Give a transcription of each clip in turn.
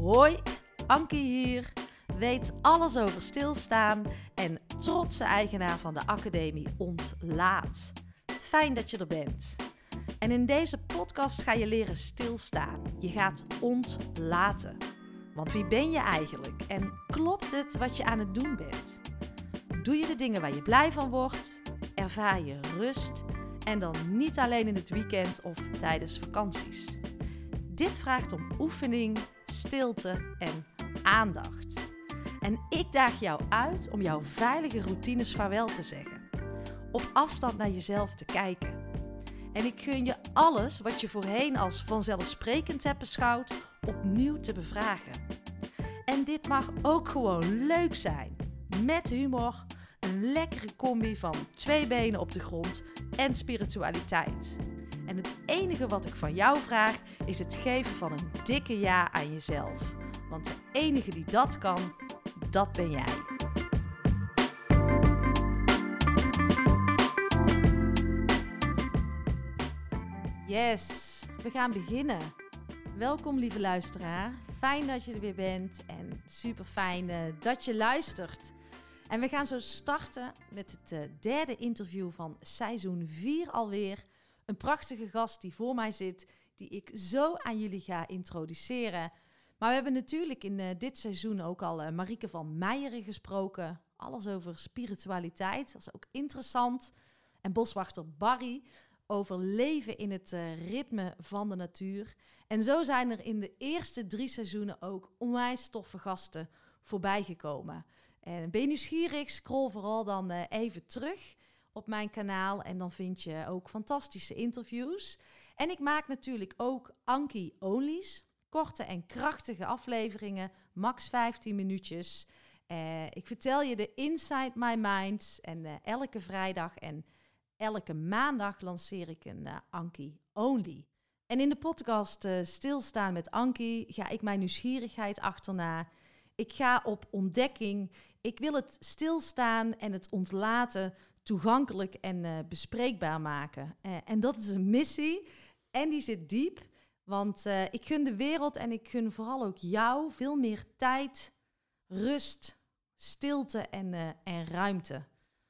Hoi, Ankie hier, weet alles over stilstaan en trotse eigenaar van de Academie Ontlaat. Fijn dat je er bent. En in deze podcast ga je leren stilstaan. Je gaat ontlaten. Want wie ben je eigenlijk en klopt het wat je aan het doen bent? Doe je de dingen waar je blij van wordt? Ervaar je rust? En dan niet alleen in het weekend of tijdens vakanties. Dit vraagt om oefening, stilte en aandacht. En ik daag jou uit om jouw veilige routines vaarwel te zeggen. Op afstand naar jezelf te kijken. En ik gun je alles wat je voorheen als vanzelfsprekend hebt beschouwd, opnieuw te bevragen. En dit mag ook gewoon leuk zijn. Met humor, een lekkere combi van 2 benen op de grond en spiritualiteit. En het enige wat ik van jou vraag is het geven van een dikke ja aan jezelf. Want de enige die dat kan, dat ben jij. Yes, we gaan beginnen. Welkom lieve luisteraar. Fijn dat je er weer bent en super fijn dat je luistert. En we gaan zo starten met het derde interview van seizoen 4 alweer. Een prachtige gast die voor mij zit, die ik zo aan jullie ga introduceren. Maar we hebben natuurlijk in dit seizoen ook al Marieke van Meijeren gesproken. Alles over spiritualiteit, dat is ook interessant. En boswachter Barry over leven in het ritme van de natuur. En zo zijn er in de eerste 3 seizoenen ook onwijs toffe gasten voorbij gekomen. En ben je nieuwsgierig, scroll vooral dan even terug op mijn kanaal en dan vind je ook fantastische interviews. En ik maak natuurlijk ook Ankie Onlys, korte en krachtige afleveringen, max 15 minuutjes. Ik vertel je de Inside My Mind en elke vrijdag en elke maandag lanceer ik een Ankie Only. En in de podcast Stilstaan met Ankie ga ik mijn nieuwsgierigheid achterna. Ik ga op ontdekking. Ik wil het stilstaan en het ontlaten toegankelijk en bespreekbaar maken. En dat is een missie en die zit diep. Want ik gun de wereld en ik gun vooral ook jou veel meer tijd, rust, stilte en ruimte.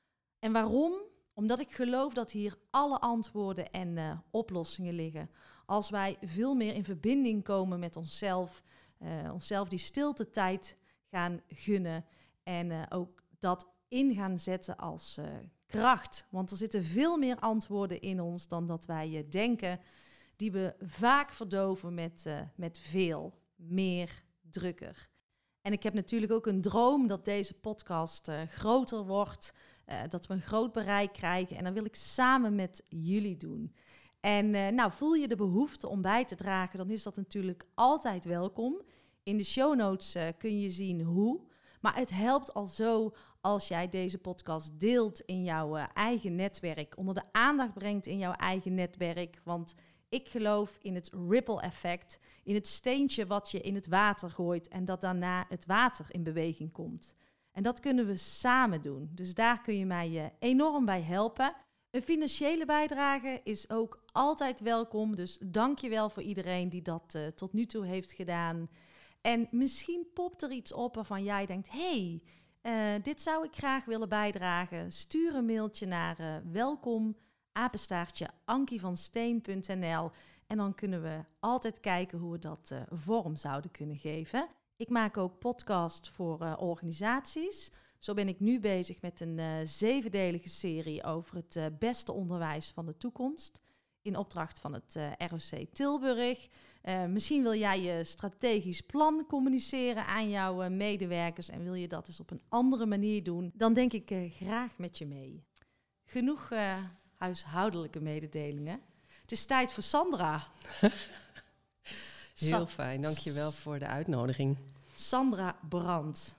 En waarom? Omdat ik geloof dat hier alle antwoorden en oplossingen liggen. Als wij veel meer in verbinding komen met onszelf, onszelf die stilte tijd gaan gunnen en ook dat in gaan zetten als kracht. Want er zitten veel meer antwoorden in ons dan dat wij denken, die we vaak verdoven met veel, meer, drukker. En ik heb natuurlijk ook een droom dat deze podcast groter wordt, dat we een groot bereik krijgen. En dat wil ik samen met jullie doen. En voel je de behoefte om bij te dragen, dan is dat natuurlijk altijd welkom. In de show notes kun je zien hoe. Maar het helpt al zo als jij deze podcast deelt in jouw eigen netwerk. Onder de aandacht brengt in jouw eigen netwerk. Want ik geloof in het ripple effect. In het steentje wat je in het water gooit. En dat daarna het water in beweging komt. En dat kunnen we samen doen. Dus daar kun je mij enorm bij helpen. Een financiële bijdrage is ook altijd welkom. Dus dank je wel voor iedereen die dat tot nu toe heeft gedaan. En misschien popt er iets op waarvan jij denkt, hey, dit zou ik graag willen bijdragen. Stuur een mailtje naar welkom@ankievansteen.nl en dan kunnen we altijd kijken hoe we dat vorm zouden kunnen geven. Ik maak ook podcast voor organisaties. Zo ben ik nu bezig met een 7-delige serie over het beste onderwijs van de toekomst. In opdracht van het ROC Tilburg. Misschien wil jij je strategisch plan communiceren aan jouw medewerkers en wil je dat eens op een andere manier doen, dan denk ik graag met je mee. Genoeg huishoudelijke mededelingen. Het is tijd voor Sandra. Heel fijn, dankjewel voor de uitnodiging. Sandra Brandt.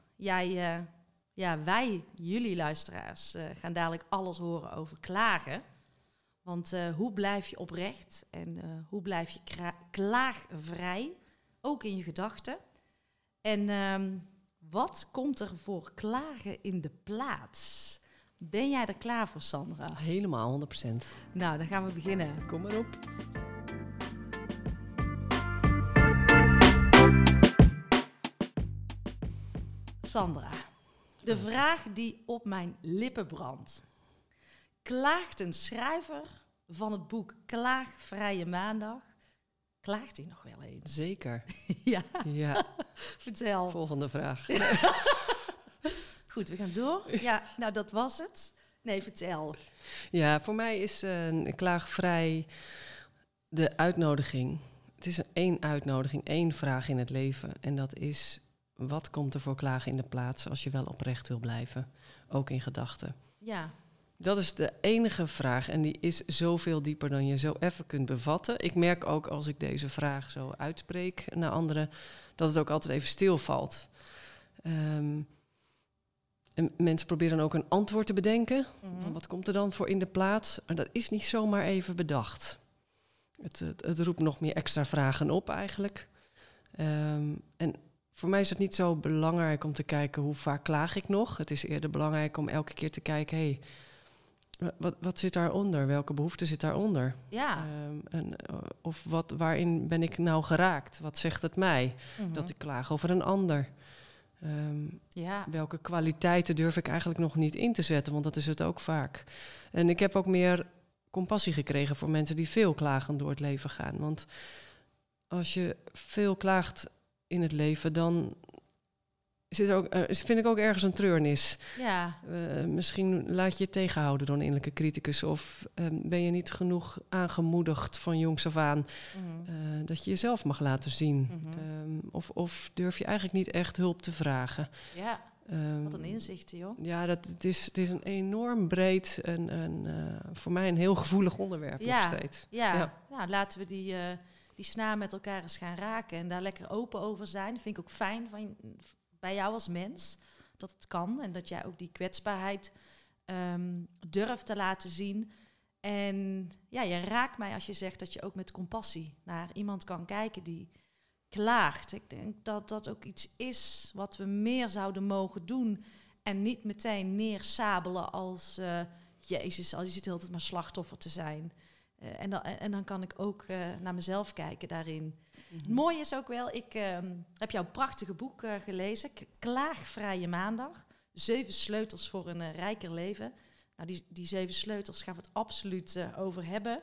Wij, jullie luisteraars, gaan dadelijk alles horen over klagen. Want hoe blijf je oprecht en hoe blijf je klaagvrij, ook in je gedachten? En wat komt er voor klagen in de plaats? Ben jij er klaar voor, Sandra? Helemaal, 100%. Nou, dan gaan we beginnen. Kom maar op. Sandra, de vraag die op mijn lippen brandt. Klaagt een schrijver van het boek Klaagvrije Maandag? Klaagt hij nog wel eens? Zeker. Ja. Vertel. Volgende vraag. Goed, we gaan door. Ja, nou dat was het. Nee, vertel. Ja, voor mij is klaagvrij de uitnodiging. Het is één uitnodiging, één vraag in het leven. En dat is, wat komt er voor klagen in de plaats als je wel oprecht wil blijven? Ook in gedachten. Ja. Dat is de enige vraag en die is zoveel dieper dan je zo even kunt bevatten. Ik merk ook als ik deze vraag zo uitspreek naar anderen, dat het ook altijd even stilvalt. En mensen proberen dan ook een antwoord te bedenken. Van wat komt er dan voor in de plaats? En dat is niet zomaar even bedacht. Het roept nog meer extra vragen op eigenlijk. En voor mij is het niet zo belangrijk om te kijken hoe vaak klaag ik nog. Het is eerder belangrijk om elke keer te kijken, hey, wat zit daaronder? Welke behoefte zit daaronder? Ja. Of waarin ben ik nou geraakt? Wat zegt het mij? Dat ik klaag over een ander. Welke kwaliteiten durf ik eigenlijk nog niet in te zetten? Want dat is het ook vaak. En ik heb ook meer compassie gekregen voor mensen die veel klagend door het leven gaan. Want als je veel klaagt in het leven, dan zit er ook, vind ik ook ergens een treurnis. Ja. Misschien laat je je tegenhouden door een innerlijke criticus. Of ben je niet genoeg aangemoedigd van jongs af aan dat je jezelf mag laten zien. Of durf je eigenlijk niet echt hulp te vragen. Ja, wat een inzicht, joh. Ja, het is een enorm breed en voor mij een heel gevoelig onderwerp nog steeds. Ja. Nou, laten we die snaar met elkaar eens gaan raken en daar lekker open over zijn. Dat vind ik ook fijn bij jou als mens, dat het kan. En dat jij ook die kwetsbaarheid durft te laten zien. En ja, je raakt mij als je zegt dat je ook met compassie naar iemand kan kijken die klaagt. Ik denk dat dat ook iets is wat we meer zouden mogen doen. En niet meteen neersabelen als Jezus, al je zit de hele tijd maar slachtoffer te zijn. En dan kan ik ook naar mezelf kijken daarin. Het mooie is ook wel, ik heb jouw prachtige boek gelezen, Klaagvrije Maandag. 7 sleutels voor een rijker leven. Nou, die 7 sleutels gaan we het absoluut over hebben.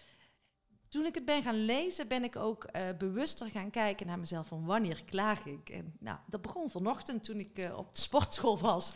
Toen ik het ben gaan lezen, ben ik ook bewuster gaan kijken naar mezelf van wanneer klaag ik. En nou, dat begon vanochtend toen ik op de sportschool was.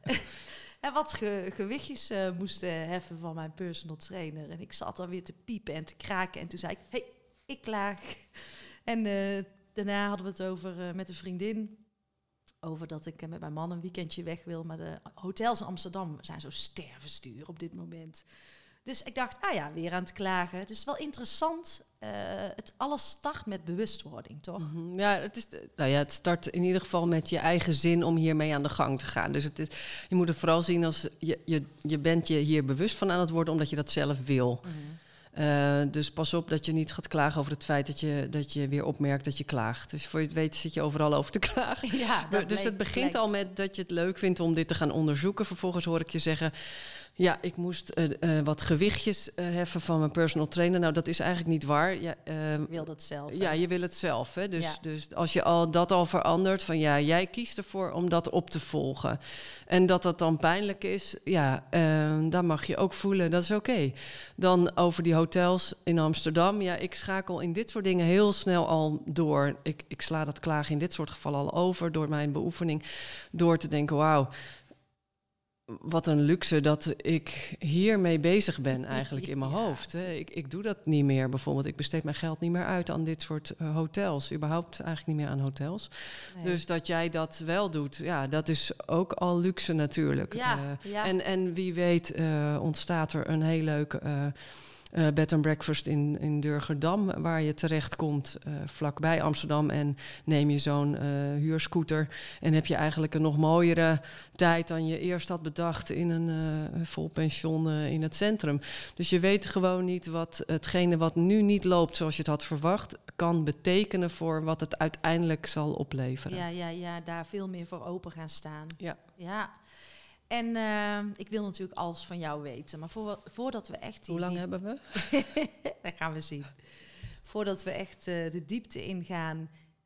En wat gewichtjes moest heffen van mijn personal trainer. En ik zat dan weer te piepen en te kraken. En toen zei ik, hey, ik klaag. En daarna hadden we het over met een vriendin. Over dat ik met mijn man een weekendje weg wil. Maar de hotels in Amsterdam zijn zo stervenstuur op dit moment. Dus ik dacht, weer aan het klagen. Het is wel interessant. Het alles start met bewustwording, toch? Ja, het start in ieder geval met je eigen zin om hiermee aan de gang te gaan. Dus je moet het vooral zien als je bent je hier bewust van aan het worden omdat je dat zelf wil. Dus pas op dat je niet gaat klagen over het feit dat je weer opmerkt dat je klaagt. Dus voor je het weet zit je overal over te klagen. Ja, dus het begint al met dat je het leuk vindt om dit te gaan onderzoeken. Vervolgens hoor ik je zeggen, ja, ik moest wat gewichtjes heffen van mijn personal trainer. Nou, dat is eigenlijk niet waar. Je wil dat zelf. Ja, je wil het zelf. Hè? Dus als je dat al verandert, van ja, jij kiest ervoor om dat op te volgen. En dat dan pijnlijk is, dan mag je ook voelen, dat is oké. Dan over die hotels in Amsterdam. Ja, ik schakel in dit soort dingen heel snel al door. Ik sla dat klagen in dit soort gevallen al over door mijn beoefening. Door te denken, wauw, wat een luxe dat ik hiermee bezig ben eigenlijk in mijn hoofd. Hè. Ik doe dat niet meer bijvoorbeeld. Ik besteed mijn geld niet meer uit aan dit soort hotels. Überhaupt eigenlijk niet meer aan hotels. Nee. Dus dat jij dat wel doet, ja, dat is ook al luxe natuurlijk. En wie weet ontstaat er een heel leuke bed and breakfast in Durgerdam, waar je terecht komt vlakbij Amsterdam en neem je zo'n huurscooter en heb je eigenlijk een nog mooiere tijd dan je eerst had bedacht in een vol pension in het centrum. Dus je weet gewoon niet wat hetgene wat nu niet loopt zoals je het had verwacht, kan betekenen voor wat het uiteindelijk zal opleveren. Ja, daar veel meer voor open gaan staan. Ja. En ik wil natuurlijk alles van jou weten. Maar voordat we echt... Hoe lang hebben we? Dat gaan we zien. Voordat we echt de diepte ingaan,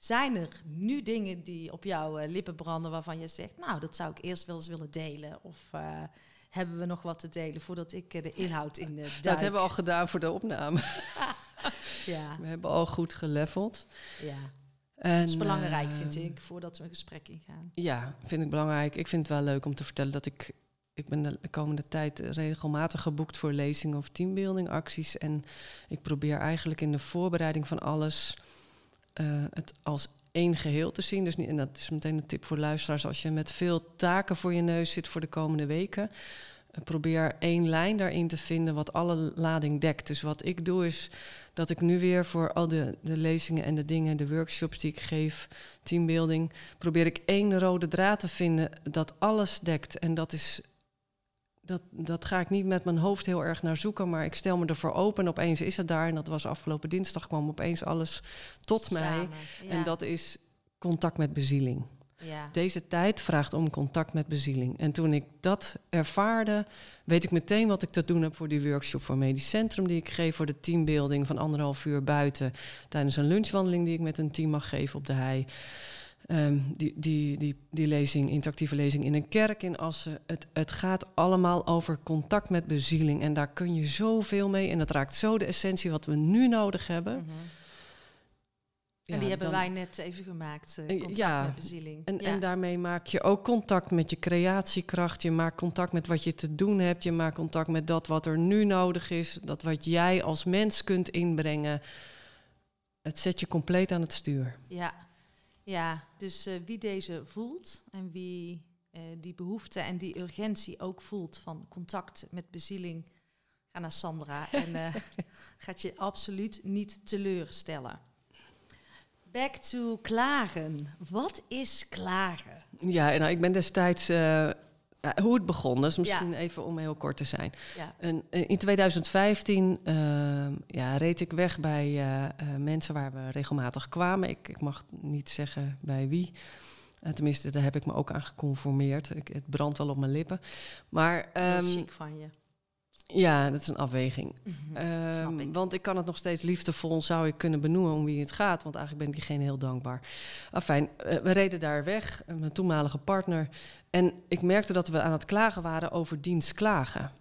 Zijn er nu dingen die op jouw lippen branden waarvan je zegt, nou, dat zou ik eerst wel eens willen delen? Of hebben we nog wat te delen voordat ik de inhoud in duik? Dat hebben we al gedaan voor de opname. Ja. We hebben al goed geleveld. Ja. En, dat is belangrijk, vind ik, voordat we een gesprek ingaan. Ja, vind ik belangrijk. Ik vind het wel leuk om te vertellen dat ik ben de komende tijd regelmatig geboekt voor lezingen of teambuilding acties. En ik probeer eigenlijk in de voorbereiding van alles het als één geheel te zien. Dus niet, en dat is meteen een tip voor luisteraars. Als je met veel taken voor je neus zit voor de komende weken, probeer één lijn daarin te vinden wat alle lading dekt. Dus wat ik doe is dat ik nu weer voor al de lezingen en de dingen, de workshops die ik geef, teambuilding, probeer ik één rode draad te vinden dat alles dekt. En dat ga ik niet met mijn hoofd heel erg naar zoeken, maar ik stel me ervoor open en opeens is het daar. En dat was afgelopen dinsdag, kwam opeens alles tot mij. Ja. En dat is contact met bezieling. Ja. Deze tijd vraagt om contact met bezieling. En toen ik dat ervaarde, weet ik meteen wat ik te doen heb voor die workshop voor Medisch Centrum die ik geef, voor de teambuilding van 1,5 uur buiten, tijdens een lunchwandeling die ik met een team mag geven op de hei. Die lezing, interactieve lezing in een kerk in Assen. Het gaat allemaal over contact met bezieling. En daar kun je zoveel mee. En dat raakt zo de essentie wat we nu nodig hebben. Mm-hmm. Ja, en die hebben wij net even gemaakt, contact met bezieling. En daarmee maak je ook contact met je creatiekracht. Je maakt contact met wat je te doen hebt. Je maakt contact met dat wat er nu nodig is. Dat wat jij als mens kunt inbrengen. Het zet je compleet aan het stuur. Ja, dus wie deze voelt en wie die behoefte en die urgentie ook voelt van contact met bezieling, ga naar Sandra en gaat je absoluut niet teleurstellen. Back to klagen. Wat is klagen? Ja, nou, ik ben destijds hoe het begon, dus misschien even om heel kort te zijn. Ja. In 2015 reed ik weg bij mensen waar we regelmatig kwamen. Ik mag niet zeggen bij wie. Tenminste, daar heb ik me ook aan geconformeerd. Het brandt wel op mijn lippen. Maar, dat is chic van je. Ja, dat is een afweging. Want ik kan het nog steeds liefdevol, zou ik kunnen benoemen om wie het gaat. Want eigenlijk ben ik diegene heel dankbaar. Afijn, we reden daar weg, mijn toenmalige partner. En ik merkte dat we aan het klagen waren over dienstklagen.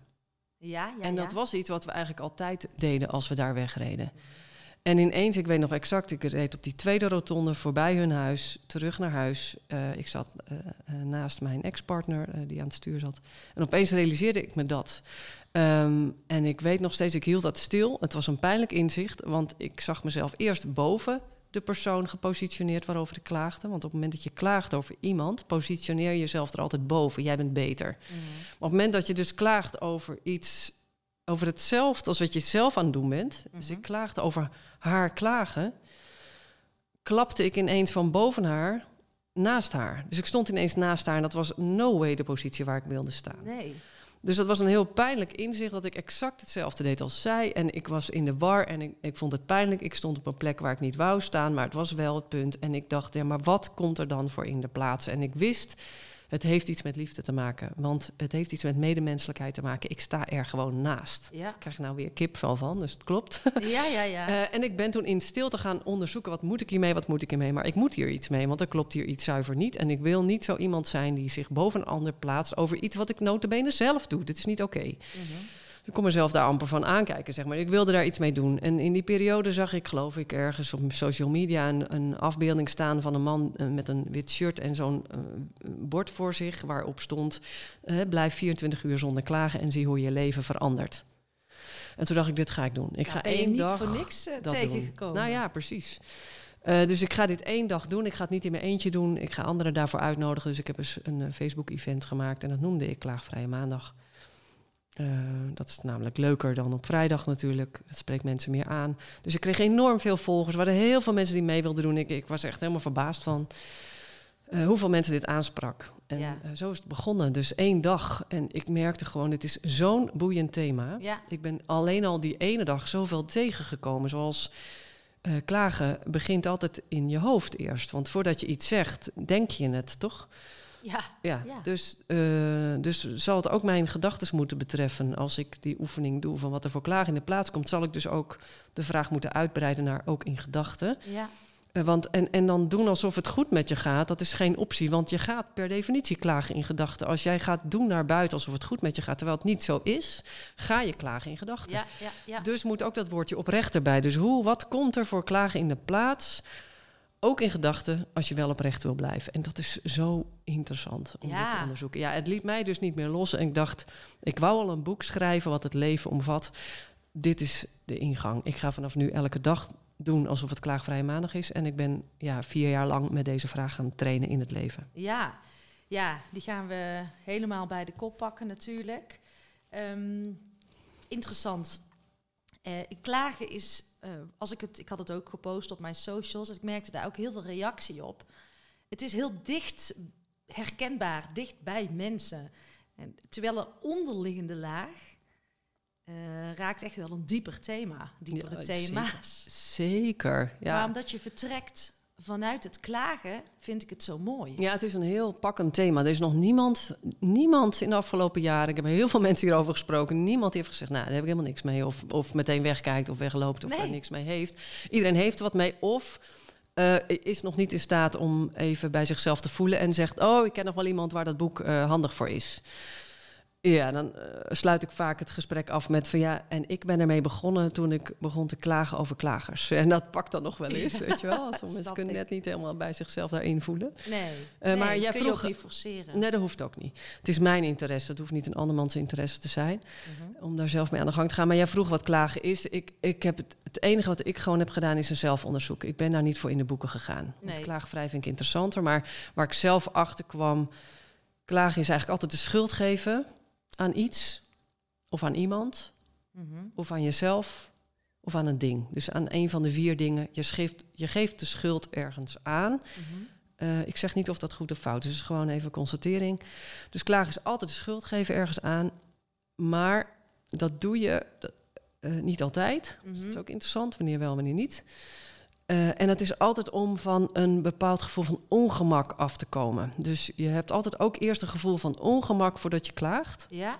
En dat was iets wat we eigenlijk altijd deden als we daar wegreden. En ineens, ik weet nog exact, ik reed op die tweede rotonde voorbij hun huis, terug naar huis. Ik zat naast mijn ex-partner die aan het stuur zat. En opeens realiseerde ik me dat. En ik weet nog steeds, ik hield dat stil. Het was een pijnlijk inzicht, want ik zag mezelf eerst boven de persoon gepositioneerd waarover ik klaagde. Want op het moment dat je klaagt over iemand, positioneer je jezelf er altijd boven. Jij bent beter. Mm. Maar op het moment dat je dus klaagt over iets, over hetzelfde als wat je zelf aan het doen bent. Mm-hmm. Dus ik klaagde over haar klagen, klapte ik ineens van boven haar naast haar. Dus ik stond ineens naast haar en dat was no way de positie waar ik wilde staan. Nee. Dus dat was een heel pijnlijk inzicht dat ik exact hetzelfde deed als zij. En ik was in de war en ik vond het pijnlijk. Ik stond op een plek waar ik niet wou staan, maar het was wel het punt. En ik dacht, ja, maar wat komt er dan voor in de plaats? En ik wist, het heeft iets met liefde te maken. Want het heeft iets met medemenselijkheid te maken. Ik sta er gewoon naast. Ja. Ik krijg nou weer kipvel van, dus het klopt. Ja. En ik ben toen in stilte gaan onderzoeken, wat moet ik hiermee? Maar ik moet hier iets mee, want er klopt hier iets zuiver niet. En ik wil niet zo iemand zijn die zich boven een ander plaatst over iets wat ik nota bene zelf doe. Dit is niet oké. Mm-hmm. Ik kon mezelf daar amper van aankijken, zeg maar. Ik wilde daar iets mee doen. En in die periode zag ik, geloof ik, ergens op social media een afbeelding staan van een man met een wit shirt en zo'n bord voor zich waarop stond, blijf 24 uur zonder klagen en zie hoe je leven verandert. En toen dacht ik, dit ga ik doen. Ik ga één dag voor niks tegengekomen. Nou ja, precies. Dus ik ga dit 1 dag doen. Ik ga het niet in mijn eentje doen. Ik ga anderen daarvoor uitnodigen. Dus ik heb eens een Facebook-event gemaakt en dat noemde ik Klaagvrije Maandag. Dat is namelijk leuker dan op vrijdag natuurlijk. Het spreekt mensen meer aan. Dus ik kreeg enorm veel volgers. Er waren heel veel mensen die mee wilden doen. Ik was echt helemaal verbaasd van hoeveel mensen dit aansprak. En zo is het begonnen. Dus 1 dag. En ik merkte gewoon, dit is zo'n boeiend thema. Ja. Ik ben alleen al die ene dag zoveel tegengekomen. Zoals klagen begint altijd in je hoofd eerst. Want voordat je iets zegt, denk je het, toch? Ja. Dus zal het ook mijn gedachtes moeten betreffen als ik die oefening doe van wat er voor klagen in de plaats komt, zal ik dus ook de vraag moeten uitbreiden naar ook in gedachten. Ja. En dan doen alsof het goed met je gaat, dat is geen optie. Want je gaat per definitie klagen in gedachten. Als jij gaat doen naar buiten alsof het goed met je gaat, terwijl het niet zo is, ga je klagen in gedachten. Ja. Dus moet ook dat woordje oprecht erbij. Dus wat komt er voor klagen in de plaats? Ook in gedachten, als je wel oprecht wil blijven. En dat is zo interessant om dit te onderzoeken. Ja, het liet mij dus niet meer los. En ik dacht, ik wou al een boek schrijven wat het leven omvat. Dit is de ingang. Ik ga vanaf nu elke dag doen alsof het klaagvrije maandag is. En ik ben 4 jaar lang met deze vraag gaan trainen in het leven. Ja, die gaan we helemaal bij de kop pakken natuurlijk. Interessant. Klagen is, ik had het ook gepost op mijn socials. Ik merkte daar ook heel veel reactie op. Het is heel dicht herkenbaar, dicht bij mensen. En terwijl er onderliggende laag raakt echt wel een dieper thema. Diepere thema's. Zeker, ja. Maar omdat je vertrekt vanuit het klagen, vind ik het zo mooi. Ja, het is een heel pakkend thema. Er is nog niemand in de afgelopen jaren, ik heb heel veel mensen hierover gesproken, niemand heeft gezegd, nou, daar heb ik helemaal niks mee. Of meteen wegkijkt of wegloopt of er niks mee heeft. Iedereen heeft wat mee of is nog niet in staat om even bij zichzelf te voelen en zegt, ik ken nog wel iemand waar dat boek handig voor is. Ja, dan sluit ik vaak het gesprek af met van en ik ben ermee begonnen toen ik begon te klagen over klagers. En dat pakt dan nog wel eens, weet je wel. Sommige mensen kunnen net niet helemaal bij zichzelf daarin voelen. Maar jij vroeg, je ook niet forceren. Nee, dat hoeft ook niet. Het is mijn interesse, het hoeft niet een andermans interesse te zijn. Om daar zelf mee aan de gang te gaan. Maar jij vroeg wat klagen is. Ik heb het enige wat ik gewoon heb gedaan is een zelfonderzoek. Ik ben daar niet voor in de boeken gegaan. Want klaagvrij vind ik interessanter. Maar waar ik zelf achter kwam, klagen is eigenlijk altijd de schuld geven aan iets, of aan iemand, of aan jezelf, of aan een ding. Dus aan een van de 4 dingen. Je geeft de schuld ergens aan. Ik zeg niet of dat goed of fout is. Het is gewoon even constatering. Dus klagen is altijd de schuld geven ergens aan. Maar dat doe je niet altijd. Dus dat is ook interessant. Wanneer wel, wanneer niet. En het is altijd om van een bepaald gevoel van ongemak af te komen. Dus je hebt altijd ook eerst een gevoel van ongemak voordat je klaagt. Ja.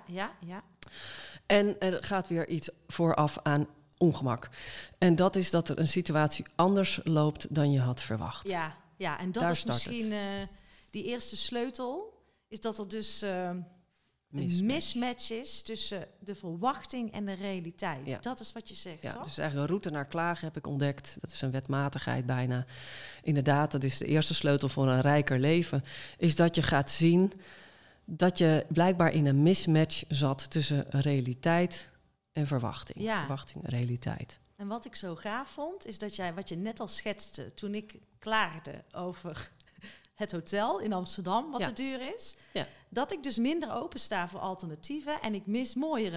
En er gaat weer iets vooraf aan ongemak. En dat is dat er een situatie anders loopt dan je had verwacht. Ja, en dat is misschien die eerste sleutel. Is dat er dus een mismatch is tussen de verwachting en de realiteit. Ja. Dat is wat je zegt, toch? Dus eigenlijk een route naar klagen heb ik ontdekt. Dat is een wetmatigheid bijna. Inderdaad, dat is de eerste sleutel voor een rijker leven. Is dat je gaat zien dat je blijkbaar in een mismatch zat tussen realiteit en verwachting. Ja. Verwachting en realiteit. En wat ik zo gaaf vond, is dat wat je net al schetste toen ik klaagde over het hotel in Amsterdam, wat te duur is. Ja. Dat ik dus minder opensta voor alternatieven en ik mis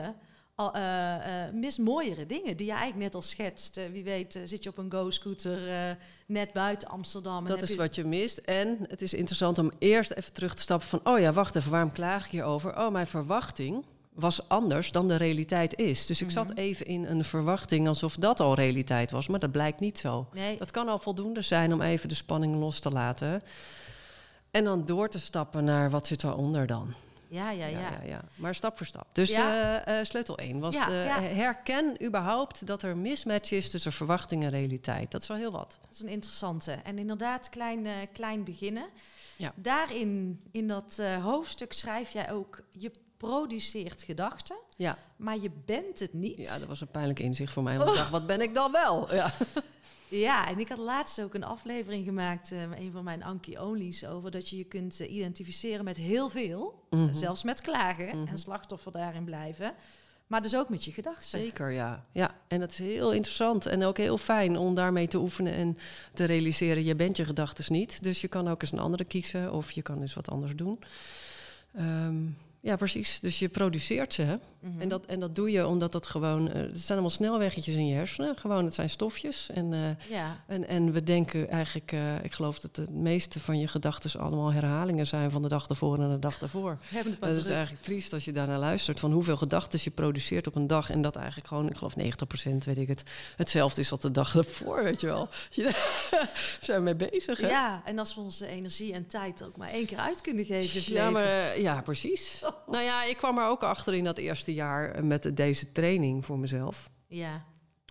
mooiere dingen die je eigenlijk net al schetst. Wie weet zit je op een go-scooter net buiten Amsterdam. Dat is wat je mist. En het is interessant om eerst even terug te stappen van, wacht even, waarom klaag ik hierover? Mijn verwachting was anders dan de realiteit is. Dus ik zat even in een verwachting alsof dat al realiteit was, maar dat blijkt niet zo. Nee. Dat kan al voldoende zijn om even de spanning los te laten. En dan door te stappen naar wat zit eronder dan. Ja. Maar stap voor stap. Dus sleutel 1 was herken überhaupt dat er mismatch is tussen verwachting en realiteit. Dat is wel heel wat. Dat is een interessante. En inderdaad, klein beginnen. Ja. Daarin, in dat hoofdstuk schrijf jij ook, je produceert gedachten, maar je bent het niet. Ja, dat was een pijnlijk inzicht voor mij. Want ik dacht, wat ben ik dan wel? Ja. Ja, en ik had laatst ook een aflevering gemaakt, een van mijn Anki-onlys, over dat je kunt identificeren met heel veel, zelfs met klagen en slachtoffer daarin blijven, maar dus ook met je gedachten. Zeker, ja. En dat is heel interessant en ook heel fijn om daarmee te oefenen en te realiseren, je bent je gedachten niet, dus je kan ook eens een andere kiezen of je kan eens wat anders doen. Ja, precies. Dus je produceert ze, hè? En dat doe je omdat het gewoon... het zijn allemaal snelweggetjes in je hersenen. Gewoon, het zijn stofjes. En we denken eigenlijk... ik geloof dat het meeste van je gedachten allemaal herhalingen zijn van de dag ervoor en de dag daarvoor. Het is eigenlijk triest als je daarnaar luistert van hoeveel gedachten je produceert op een dag. En dat eigenlijk gewoon, ik geloof 90%, weet ik het, hetzelfde is als de dag ervoor, weet je wel. Zijn we mee bezig, hè? Ja, en als we onze energie en tijd ook maar 1 keer uit kunnen geven. Ja, precies. Nou ja, ik kwam er ook achter in dat eerste jaar met deze training voor mezelf. Ja.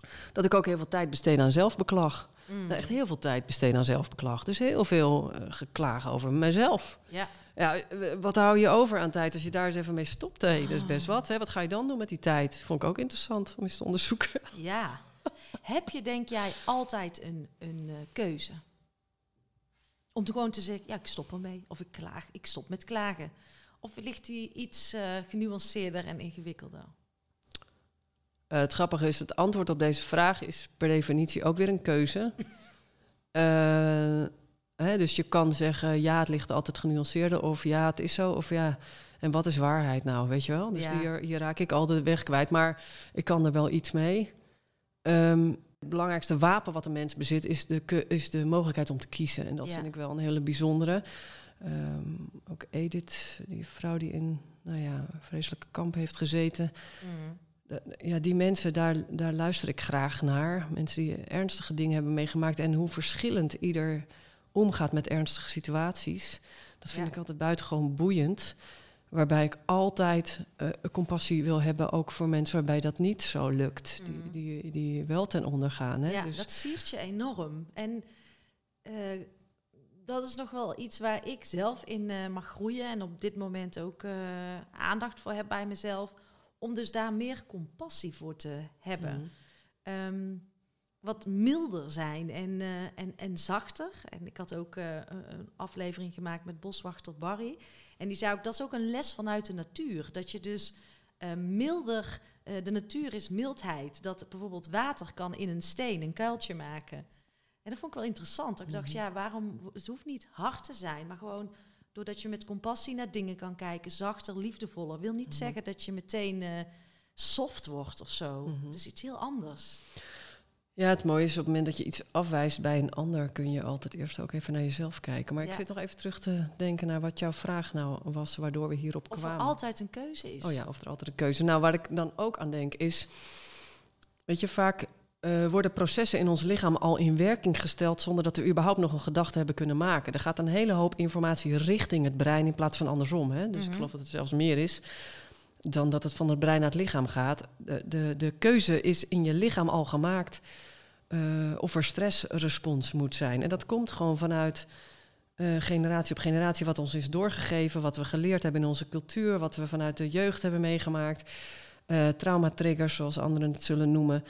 dat ik ook heel veel tijd besteed aan zelfbeklag. Echt heel veel tijd besteed aan zelfbeklag. Dus heel veel geklagen over mezelf. Ja. Ja, wat hou je over aan tijd als je daar eens even mee stopt? Hey, dat is best wat. Hè? Wat ga je dan doen met die tijd? Vond ik ook interessant om eens te onderzoeken. Ja. Heb je, denk jij, altijd een keuze? Om gewoon te zeggen, ja, ik stop ermee. Of ik stop met klagen. Of ligt die iets genuanceerder en ingewikkelder? Het grappige is, het antwoord op deze vraag is per definitie ook weer een keuze. Dus je kan zeggen, ja, het ligt altijd genuanceerder. Of ja, het is zo. Of ja, en wat is waarheid nou, weet je wel? Dus hier raak ik al de weg kwijt. Maar ik kan er wel iets mee. Het belangrijkste wapen wat een mens bezit is de mogelijkheid om te kiezen. En dat vind ik wel een hele bijzondere. Ook Edith, die vrouw die in een vreselijke kamp heeft gezeten. Die mensen, daar luister ik graag naar. Mensen die ernstige dingen hebben meegemaakt en hoe verschillend ieder omgaat met ernstige situaties. Dat vind ik altijd buitengewoon boeiend. Waarbij ik altijd compassie wil hebben, ook voor mensen waarbij dat niet zo lukt. Die wel ten onder gaan. Hè? Ja, dus dat siert je enorm. En dat is nog wel iets waar ik zelf in mag groeien. En op dit moment ook aandacht voor heb bij mezelf. Om dus daar meer compassie voor te hebben. Wat milder zijn en zachter. En ik had ook een aflevering gemaakt met boswachter Barry. En die zei ook, dat is ook een les vanuit de natuur. Dat je dus milder... de natuur is mildheid. Dat bijvoorbeeld water kan in een steen een kuiltje maken. En dat vond ik wel interessant. Ik dacht, waarom... Het hoeft niet hard te zijn, maar gewoon... Doordat je met compassie naar dingen kan kijken, zachter, liefdevoller. Wil niet zeggen dat je meteen soft wordt of zo. Het is iets heel anders. Ja, het mooie is op het moment dat je iets afwijst bij een ander, kun je altijd eerst ook even naar jezelf kijken. Maar ik zit nog even terug te denken naar wat jouw vraag nou was, waardoor we hierop kwamen. Of er altijd een keuze is. Oh ja, of er altijd een keuze. Nou, waar ik dan ook aan denk is, weet je, vaak worden processen in ons lichaam al in werking gesteld zonder dat we überhaupt nog een gedachte hebben kunnen maken. Er gaat een hele hoop informatie richting het brein in plaats van andersom. Hè? Dus ik geloof dat het zelfs meer is dan dat het van het brein naar het lichaam gaat. De keuze is in je lichaam al gemaakt of er stressrespons moet zijn. En dat komt gewoon vanuit generatie op generatie wat ons is doorgegeven, wat we geleerd hebben in onze cultuur, wat we vanuit de jeugd hebben meegemaakt. Traumatriggers, zoals anderen het zullen noemen.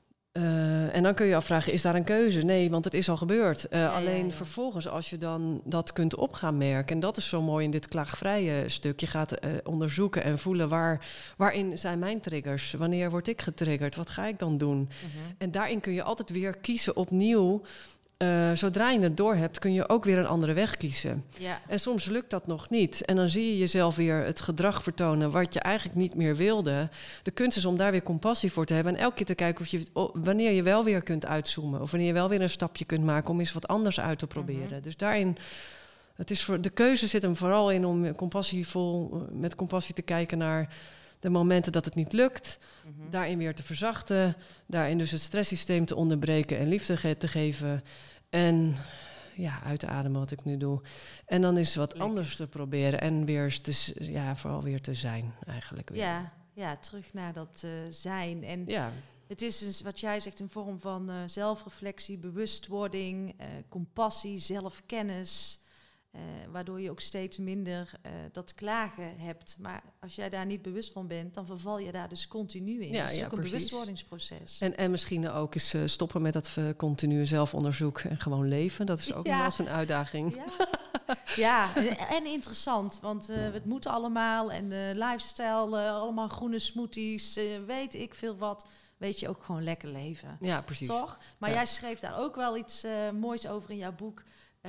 En dan kun je afvragen, is daar een keuze? Nee, want het is al gebeurd. Alleen vervolgens, als je dan dat kunt op gaan merken... en dat is zo mooi in dit klaagvrije stuk... je gaat onderzoeken en voelen waarin zijn mijn triggers? Wanneer word ik getriggerd? Wat ga ik dan doen? En daarin kun je altijd weer kiezen opnieuw... zodra je het door hebt, kun je ook weer een andere weg kiezen. Ja. En soms lukt dat nog niet. En dan zie je jezelf weer het gedrag vertonen wat je eigenlijk niet meer wilde. De kunst is om daar weer compassie voor te hebben. En elke keer te kijken wanneer je wel weer kunt uitzoomen. Of wanneer je wel weer een stapje kunt maken om eens wat anders uit te proberen. Dus daarin, de keuze zit hem vooral in om met compassie te kijken naar de momenten dat het niet lukt. Daarin weer te verzachten. Daarin dus het stresssysteem te onderbreken en liefde te geven. En uit te ademen wat ik nu doe. En dan is wat anders te proberen. En weer vooral weer te zijn eigenlijk. Weer. Ja, terug naar dat zijn. En het is wat jij zegt, een vorm van zelfreflectie, bewustwording, compassie, zelfkennis. Waardoor je ook steeds minder dat klagen hebt. Maar als jij daar niet bewust van bent, dan verval je daar dus continu in. Dat is ook een bewustwordingsproces. En misschien ook eens stoppen met dat continue zelfonderzoek en gewoon leven. Dat is ook nog wel eens een uitdaging. Ja, en interessant, want het moet allemaal. En de lifestyle, allemaal groene smoothies, weet ik veel wat. Weet je, ook gewoon lekker leven. Ja, precies. Toch? Maar jij schreef daar ook wel iets moois over in jouw boek.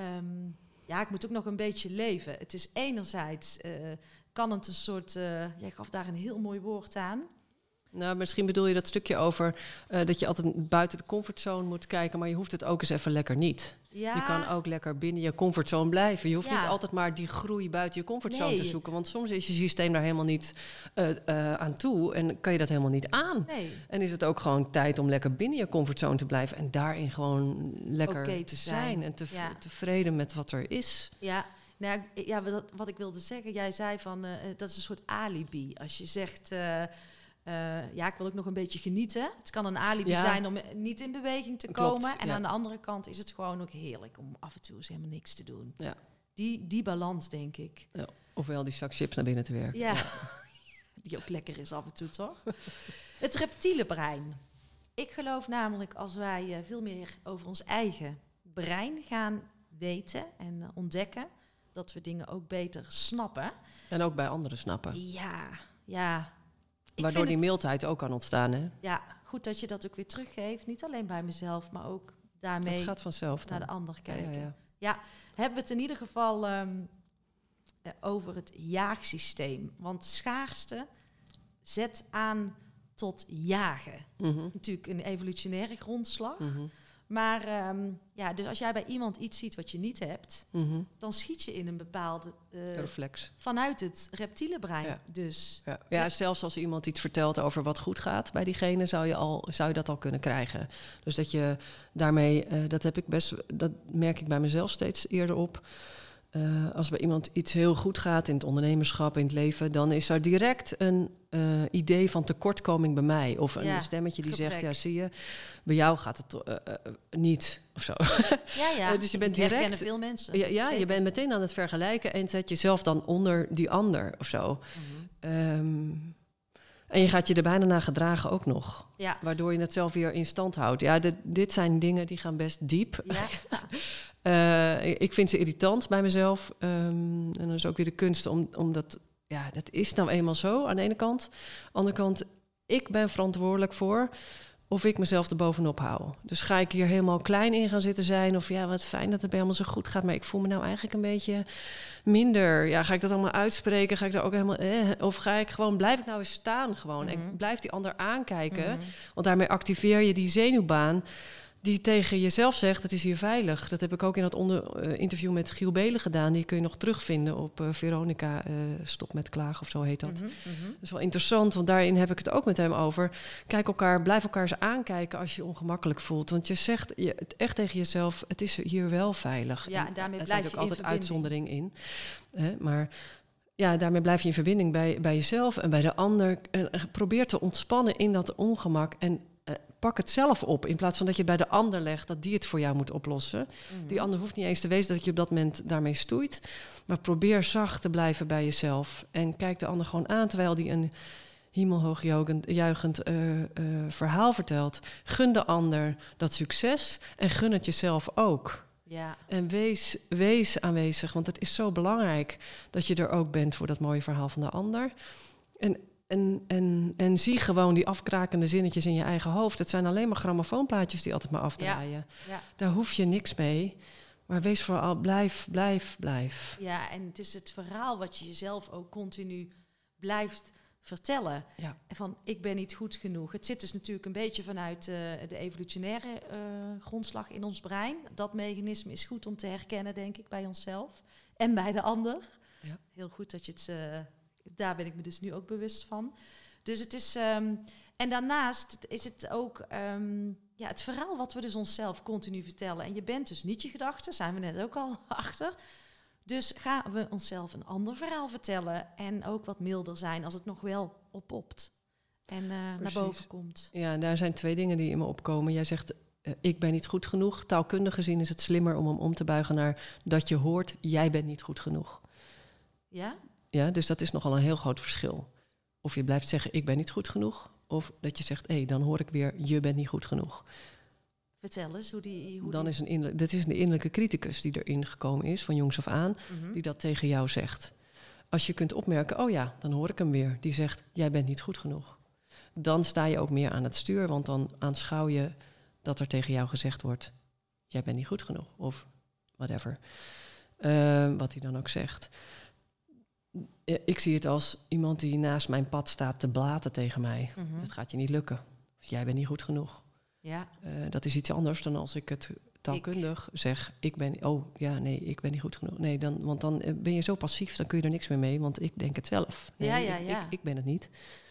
Ik moet ook nog een beetje leven. Het is enerzijds, kan het een soort... jij gaf daar een heel mooi woord aan. Nou, misschien bedoel je dat stukje over dat je altijd buiten de comfortzone moet kijken, maar je hoeft het ook eens even lekker niet. Ja. Je kan ook lekker binnen je comfortzone blijven. Je hoeft niet altijd maar die groei buiten je comfortzone te zoeken, want soms is je systeem daar helemaal niet aan toe en kan je dat helemaal niet aan. Nee. En is het ook gewoon tijd om lekker binnen je comfortzone te blijven en daarin gewoon lekker te zijn en tevreden met wat er is. Ja. Nou wat ik wilde zeggen, jij zei van dat is een soort alibi. Als je zegt ik wil ook nog een beetje genieten. Het kan een alibi zijn om niet in beweging te komen. En aan de andere kant is het gewoon ook heerlijk om af en toe eens helemaal niks te doen. Ja. Die balans, denk ik. Ja. Ofwel die zak chips naar binnen te werken. Ja. Die ook lekker is af en toe, toch? Het reptiele brein. Ik geloof namelijk als wij veel meer over ons eigen brein gaan weten en ontdekken, dat we dingen ook beter snappen. En ook bij anderen snappen. Ja. Waardoor die mildheid ook kan ontstaan, hè? Ja, goed dat je dat ook weer teruggeeft. Niet alleen bij mezelf, maar ook daarmee dat gaat vanzelf naar de ander kijken. Ja, hebben we het in ieder geval over het jaagsysteem. Want schaarste zet aan tot jagen. Natuurlijk een evolutionaire grondslag. Maar dus als jij bij iemand iets ziet wat je niet hebt, dan schiet je in een bepaalde reflex vanuit het reptiele brein. Dus. Ja, zelfs als iemand iets vertelt over wat goed gaat bij diegene, zou je dat al kunnen krijgen. Dus dat je daarmee, dat merk ik bij mezelf steeds eerder op. Als bij iemand iets heel goed gaat in het ondernemerschap, in het leven, dan is er direct een idee van tekortkoming bij mij. Of een stemmetje die zegt, ja, zie je, bij jou gaat het niet, of zo. Dus je bent direct. Herkennen veel mensen. Je bent meteen aan het vergelijken en zet jezelf dan onder die ander, of zo. En je gaat je er bijna naar gedragen ook nog. Ja. Waardoor je het zelf weer in stand houdt. Ja, dit zijn dingen die gaan best diep. Ja. Ik vind ze irritant bij mezelf. En dan is ook weer de kunst om dat... Ja, dat is nou eenmaal zo aan de ene kant. Aan de andere kant, ik ben verantwoordelijk voor of ik mezelf er bovenop hou. Dus ga ik hier helemaal klein in gaan zitten zijn? Of ja, wat fijn dat het bij allemaal zo goed gaat, maar ik voel me nou eigenlijk een beetje minder. Ja, ga ik dat allemaal uitspreken? Ga ik daar ook helemaal... Of blijf ik nou eens staan gewoon? En blijf die ander aankijken. Want daarmee activeer je die zenuwbaan die tegen jezelf zegt, het is hier veilig. Dat heb ik ook in dat interview met Giel Belen gedaan. Die kun je nog terugvinden op Veronica Stop met Klagen of zo heet dat. Dat is wel interessant, want daarin heb ik het ook met hem over. Blijf elkaar eens aankijken als je je ongemakkelijk voelt. Want je zegt het echt tegen jezelf, het is hier wel veilig. Ja, en daarmee blijf je ook altijd uitzondering in. Maar ja, daarmee blijf je in verbinding bij jezelf en bij de ander. En probeer te ontspannen in dat ongemak en pak het zelf op, in plaats van dat je bij de ander legt dat die het voor jou moet oplossen. Die ander hoeft niet eens te wezen dat je op dat moment daarmee stoeit. Maar probeer zacht te blijven bij jezelf. En kijk de ander gewoon aan, terwijl die een hemelhoog juichend verhaal vertelt. Gun de ander dat succes en gun het jezelf ook. Ja. En wees aanwezig, want het is zo belangrijk dat je er ook bent voor dat mooie verhaal van de ander. En zie gewoon die afkrakende zinnetjes in je eigen hoofd. Het zijn alleen maar grammofoonplaatjes die altijd maar afdraaien. Ja. Daar hoef je niks mee. Maar wees vooral, blijf. Ja, en het is het verhaal wat je jezelf ook continu blijft vertellen. Ja. En van, ik ben niet goed genoeg. Het zit dus natuurlijk een beetje vanuit de evolutionaire grondslag in ons brein. Dat mechanisme is goed om te herkennen, denk ik, bij onszelf. En bij de ander. Ja. Heel goed dat je het... daar ben ik me dus nu ook bewust van. Dus het is... en daarnaast is het ook het verhaal wat we dus onszelf continu vertellen. En je bent dus niet je gedachten, zijn we net ook al achter. Dus gaan we onszelf een ander verhaal vertellen. En ook wat milder zijn als het nog wel oppopt. En naar boven komt. Ja, daar zijn 2 dingen die in me opkomen. Jij zegt, ik ben niet goed genoeg. Taalkundig gezien is het slimmer om hem om te buigen naar dat je hoort, jij bent niet goed genoeg. Ja? Ja, dus dat is nogal een heel groot verschil. Of je blijft zeggen, ik ben niet goed genoeg. Of dat je zegt, dan hoor ik weer, je bent niet goed genoeg. Vertel eens hoe die... Dit is een innerlijke criticus die erin gekomen is, van jongs af aan, die dat tegen jou zegt. Als je kunt opmerken, dan hoor ik hem weer. Die zegt, jij bent niet goed genoeg. Dan sta je ook meer aan het stuur, want dan aanschouw je dat er tegen jou gezegd wordt, jij bent niet goed genoeg. Of whatever. Wat hij dan ook zegt. Ik zie het als iemand die naast mijn pad staat te blaten tegen mij. Het gaat je niet lukken. Jij bent niet goed genoeg. Ja. Dat is iets anders dan als ik het taalkundig zeg. Ik ben niet goed genoeg. Nee, want dan ben je zo passief, dan kun je er niks meer mee. Want ik denk het zelf. Nee, ik ben het niet.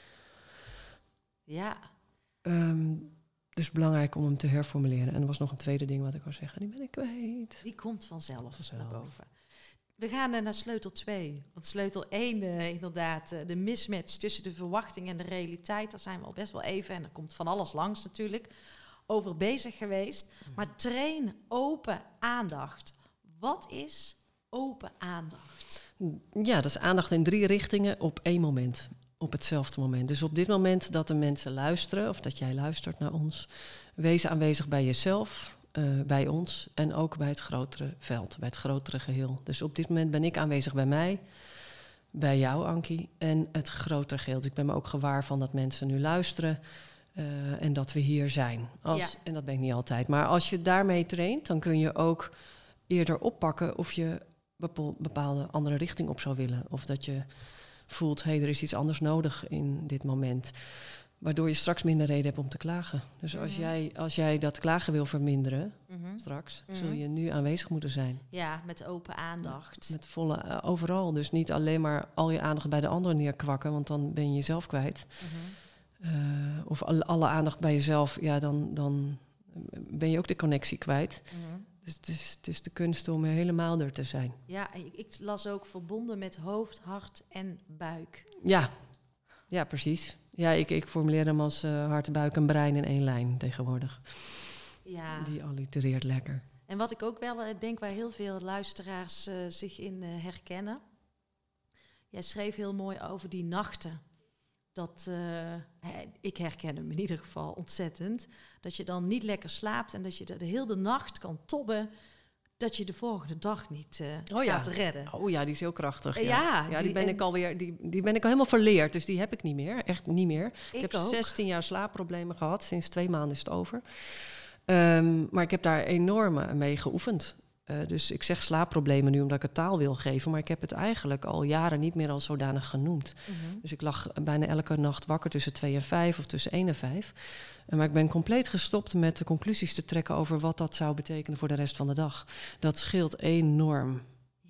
Ja. Dus belangrijk om hem te herformuleren. En er was nog een tweede ding wat ik wou zeggen. Die ben ik kwijt. Die komt vanzelf naar boven. We gaan naar sleutel 2. Want sleutel 1, inderdaad, de mismatch tussen de verwachting en de realiteit. Daar zijn we al best wel even, en er komt van alles langs natuurlijk, over bezig geweest. Maar train open aandacht. Wat is open aandacht? Ja, dat is aandacht in 3 richtingen op 1 moment. Op hetzelfde moment. Dus op dit moment dat de mensen luisteren, of dat jij luistert naar ons, wees aanwezig bij jezelf, bij ons en ook bij het grotere veld, bij het grotere geheel. Dus op dit moment ben ik aanwezig bij mij, bij jou, Ankie, en het grotere geheel. Dus ik ben me ook gewaar van dat mensen nu luisteren en dat we hier zijn. En dat ben ik niet altijd. Maar als je daarmee traint, dan kun je ook eerder oppakken of je bepaalde andere richting op zou willen. Of dat je voelt, er is iets anders nodig in dit moment. Waardoor je straks minder reden hebt om te klagen. Dus als jij dat klagen wil verminderen, straks, zul je nu aanwezig moeten zijn. Ja, met open aandacht. Met volle, overal. Dus niet alleen maar al je aandacht bij de ander neerkwakken, want dan ben je jezelf kwijt. Of alle aandacht bij jezelf, dan ben je ook de connectie kwijt. Dus het is de kunst om helemaal er te zijn. Ja, en ik las ook verbonden met hoofd, hart en buik. Ja, precies. Ja, ik formuleer hem als hart, buik en brein in 1 lijn tegenwoordig. Ja. Die allitereert lekker. En wat ik ook wel denk waar heel veel luisteraars zich in herkennen. Jij schreef heel mooi over die nachten. Ik herken hem in ieder geval ontzettend. Dat je dan niet lekker slaapt en dat je de hele nacht kan tobben. Dat je de volgende dag niet gaat redden. Oh ja, die is heel krachtig. Ja, die ben ik al helemaal verleerd. Dus die heb ik niet meer. Echt niet meer. Ik heb 16 jaar slaapproblemen gehad. Sinds 2 maanden is het over. Maar ik heb daar enorm mee geoefend. Dus ik zeg slaapproblemen nu omdat ik het taal wil geven. Maar ik heb het eigenlijk al jaren niet meer als zodanig genoemd. Dus ik lag bijna elke nacht wakker tussen 2 en 5 of tussen 1 en 5. Maar ik ben compleet gestopt met de conclusies te trekken over wat dat zou betekenen voor de rest van de dag. Dat scheelt enorm.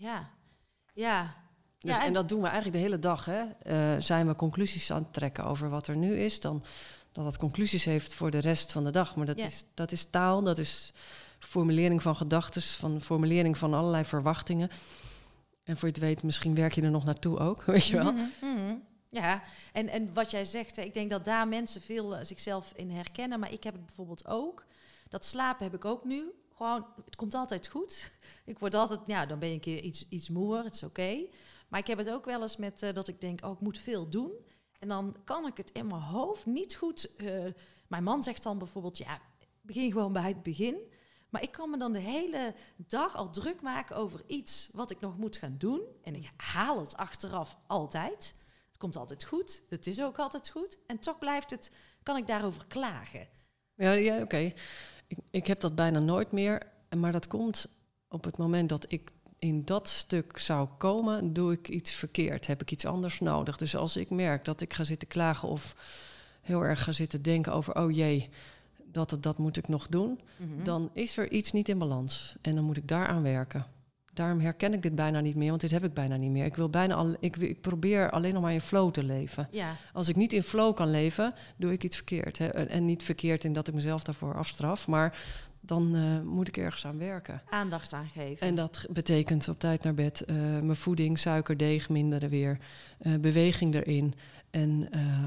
Ja. Dus, en dat doen we eigenlijk de hele dag. Zijn we conclusies aan het trekken over wat er nu is, dan dat conclusies heeft voor de rest van de dag. Maar dat is taal, dat is formulering van gedachten, formulering van allerlei verwachtingen. En voor je het weet, misschien werk je er nog naartoe ook, weet je wel. Ja, en wat jij zegt, ik denk dat daar mensen veel zichzelf in herkennen. Maar ik heb het bijvoorbeeld ook. Dat slapen heb ik ook nu. Gewoon, het komt altijd goed. Ik word altijd, dan ben je een keer iets moeer, het is oké. Maar ik heb het ook wel eens met dat ik denk, ik moet veel doen. En dan kan ik het in mijn hoofd niet goed. Mijn man zegt dan bijvoorbeeld, begin gewoon bij het begin. Maar ik kan me dan de hele dag al druk maken over iets wat ik nog moet gaan doen. En ik haal het achteraf altijd. Het komt altijd goed. Het is ook altijd goed. En toch kan ik daarover klagen. Ja, oké. Ik heb dat bijna nooit meer. Maar dat komt op het moment dat ik in dat stuk zou komen, doe ik iets verkeerd. Heb ik iets anders nodig. Dus als ik merk dat ik ga zitten klagen of heel erg ga zitten denken over, oh jee, dat moet ik nog doen, dan is er iets niet in balans. En dan moet ik daaraan werken. Daarom herken ik dit bijna niet meer, want dit heb ik bijna niet meer. Ik probeer alleen nog maar in flow te leven. Ja. Als ik niet in flow kan leven, doe ik iets verkeerd. En niet verkeerd in dat ik mezelf daarvoor afstraf, maar dan moet ik ergens aan werken. Aandacht aan geven. En dat betekent op tijd naar bed, mijn voeding, suiker, deeg minderen weer, beweging erin. En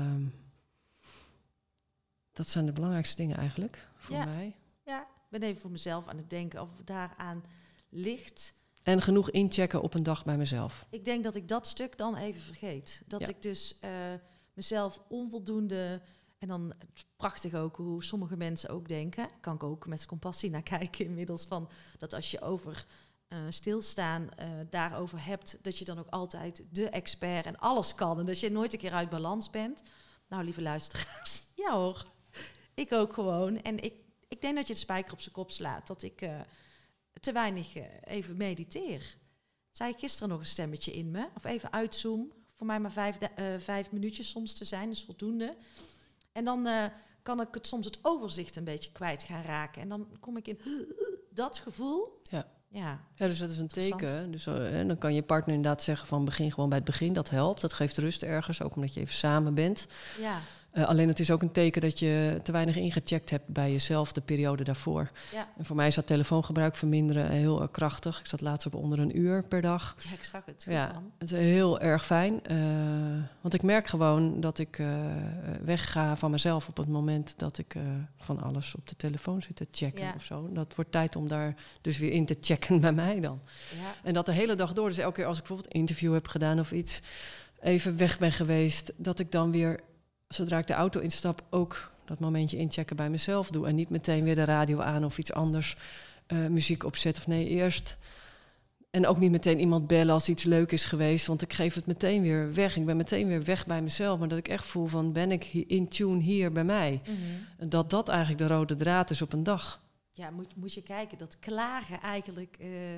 dat zijn de belangrijkste dingen eigenlijk voor mij. Ja, ik ben even voor mezelf aan het denken of het daaraan ligt. En genoeg inchecken op een dag bij mezelf. Ik denk dat ik dat stuk dan even vergeet. Dat ik dus mezelf onvoldoende. En dan prachtig ook hoe sommige mensen ook denken. Kan ik ook met compassie naar kijken inmiddels. Van dat als je over stilstaan daarover hebt, dat je dan ook altijd de expert en alles kan. En dat je nooit een keer uit balans bent. Nou, lieve luisteraars. Ja hoor. Ik ook gewoon. En ik denk dat je de spijker op zijn kop slaat. Dat ik te weinig even mediteer. Zei ik gisteren nog een stemmetje in me. Of even uitzoom. Voor mij maar 5 minuutjes soms te zijn. is voldoende. En dan kan ik soms het overzicht een beetje kwijt gaan raken. En dan kom ik in dat gevoel. Ja, dus dat is een teken. Dus, dan kan je partner inderdaad zeggen van begin gewoon bij het begin. Dat helpt, dat geeft rust ergens. Ook omdat je even samen bent. Ja. Alleen het is ook een teken dat je te weinig ingecheckt hebt bij jezelf de periode daarvoor. Ja. En voor mij is dat telefoongebruik verminderen heel krachtig. Ik zat laatst op onder 1 uur per dag. Ja, ik zag het. Ja, het is heel erg fijn. Want ik merk gewoon dat ik wegga van mezelf op het moment dat ik van alles op de telefoon zit te checken of zo. Dat wordt tijd om daar dus weer in te checken bij mij dan. Ja. En dat de hele dag door, dus elke keer als ik bijvoorbeeld een interview heb gedaan of iets, even weg ben geweest, dat ik dan weer, zodra ik de auto instap, ook dat momentje inchecken bij mezelf doe. En niet meteen weer de radio aan of iets anders muziek opzet. Of nee, eerst. En ook niet meteen iemand bellen als iets leuk is geweest. Want ik geef het meteen weer weg. Ik ben meteen weer weg bij mezelf. Maar dat ik echt voel van, ben ik in tune hier bij mij? Mm-hmm. En dat eigenlijk de rode draad is op een dag. Ja, moet je kijken dat klagen eigenlijk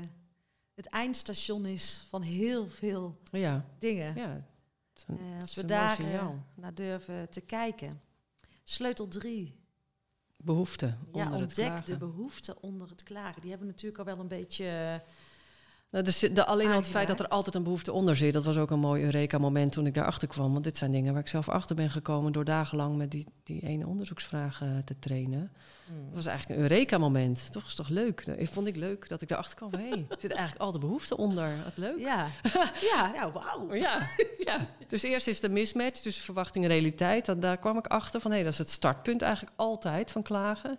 het eindstation is van heel veel dingen. Ja. Als we daar naar durven te kijken. Sleutel 3. Behoefte onder het klagen. Ontdek de behoefte onder het klagen. Die hebben we natuurlijk al wel een beetje dus alleen al het feit dat er altijd een behoefte onder zit, dat was ook een mooi Eureka-moment toen ik daarachter kwam. Want dit zijn dingen waar ik zelf achter ben gekomen door dagenlang met die ene onderzoeksvraag te trainen. Dat was eigenlijk een Eureka-moment. Toch is toch leuk? Vond ik leuk dat ik daarachter kwam. Er zit eigenlijk altijd behoefte onder. Wat leuk. Ja, nou wauw. Ja. Dus eerst is de mismatch tussen verwachting en realiteit. Daar kwam ik achter van, dat is het startpunt eigenlijk altijd van klagen.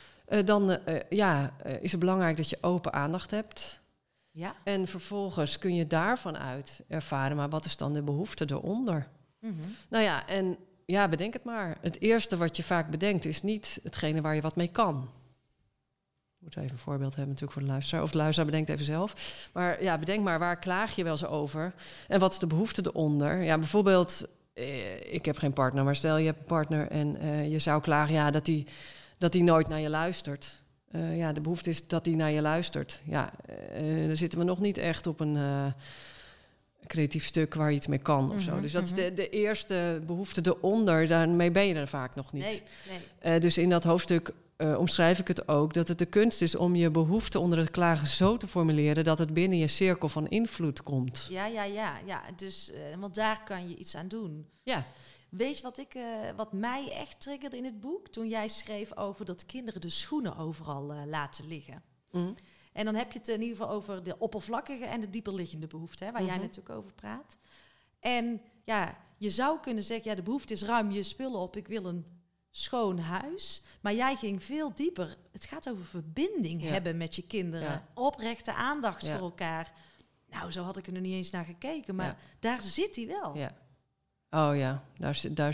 Dan is het belangrijk dat je open aandacht hebt. Ja. En vervolgens kun je daarvan uit ervaren, maar wat is dan de behoefte eronder? Mm-hmm. Nou ja, en bedenk het maar. Het eerste wat je vaak bedenkt is niet hetgene waar je wat mee kan. Ik moet even een voorbeeld hebben natuurlijk voor de luisteraar. Of de luisteraar bedenkt even zelf. Maar bedenk maar, waar klaag je wel eens over? En wat is de behoefte eronder? Ja, bijvoorbeeld, ik heb geen partner, maar stel je hebt een partner en je zou klagen dat die nooit naar je luistert. De behoefte is dat hij naar je luistert. Dan zitten we nog niet echt op een creatief stuk waar je iets mee kan of zo. Dus dat is de eerste behoefte eronder. Daarmee ben je er vaak nog niet. Nee. Dus in dat hoofdstuk omschrijf ik het ook, dat het de kunst is om je behoefte onder het klagen zo te formuleren dat het binnen je cirkel van invloed komt. Ja. Dus, want daar kan je iets aan doen. Ja. Weet je wat mij echt triggerde in het boek? Toen jij schreef over dat kinderen de schoenen overal laten liggen. Mm. En dan heb je het in ieder geval over de oppervlakkige en de dieperliggende behoefte, hè, waar jij natuurlijk over praat. En je zou kunnen zeggen, de behoefte is ruim je spullen op, ik wil een schoon huis. Maar jij ging veel dieper. Het gaat over verbinding hebben met je kinderen. Ja. Oprechte aandacht voor elkaar. Nou, zo had ik er nog niet eens naar gekeken, maar daar zit hij wel. Ja. Oh ja, daar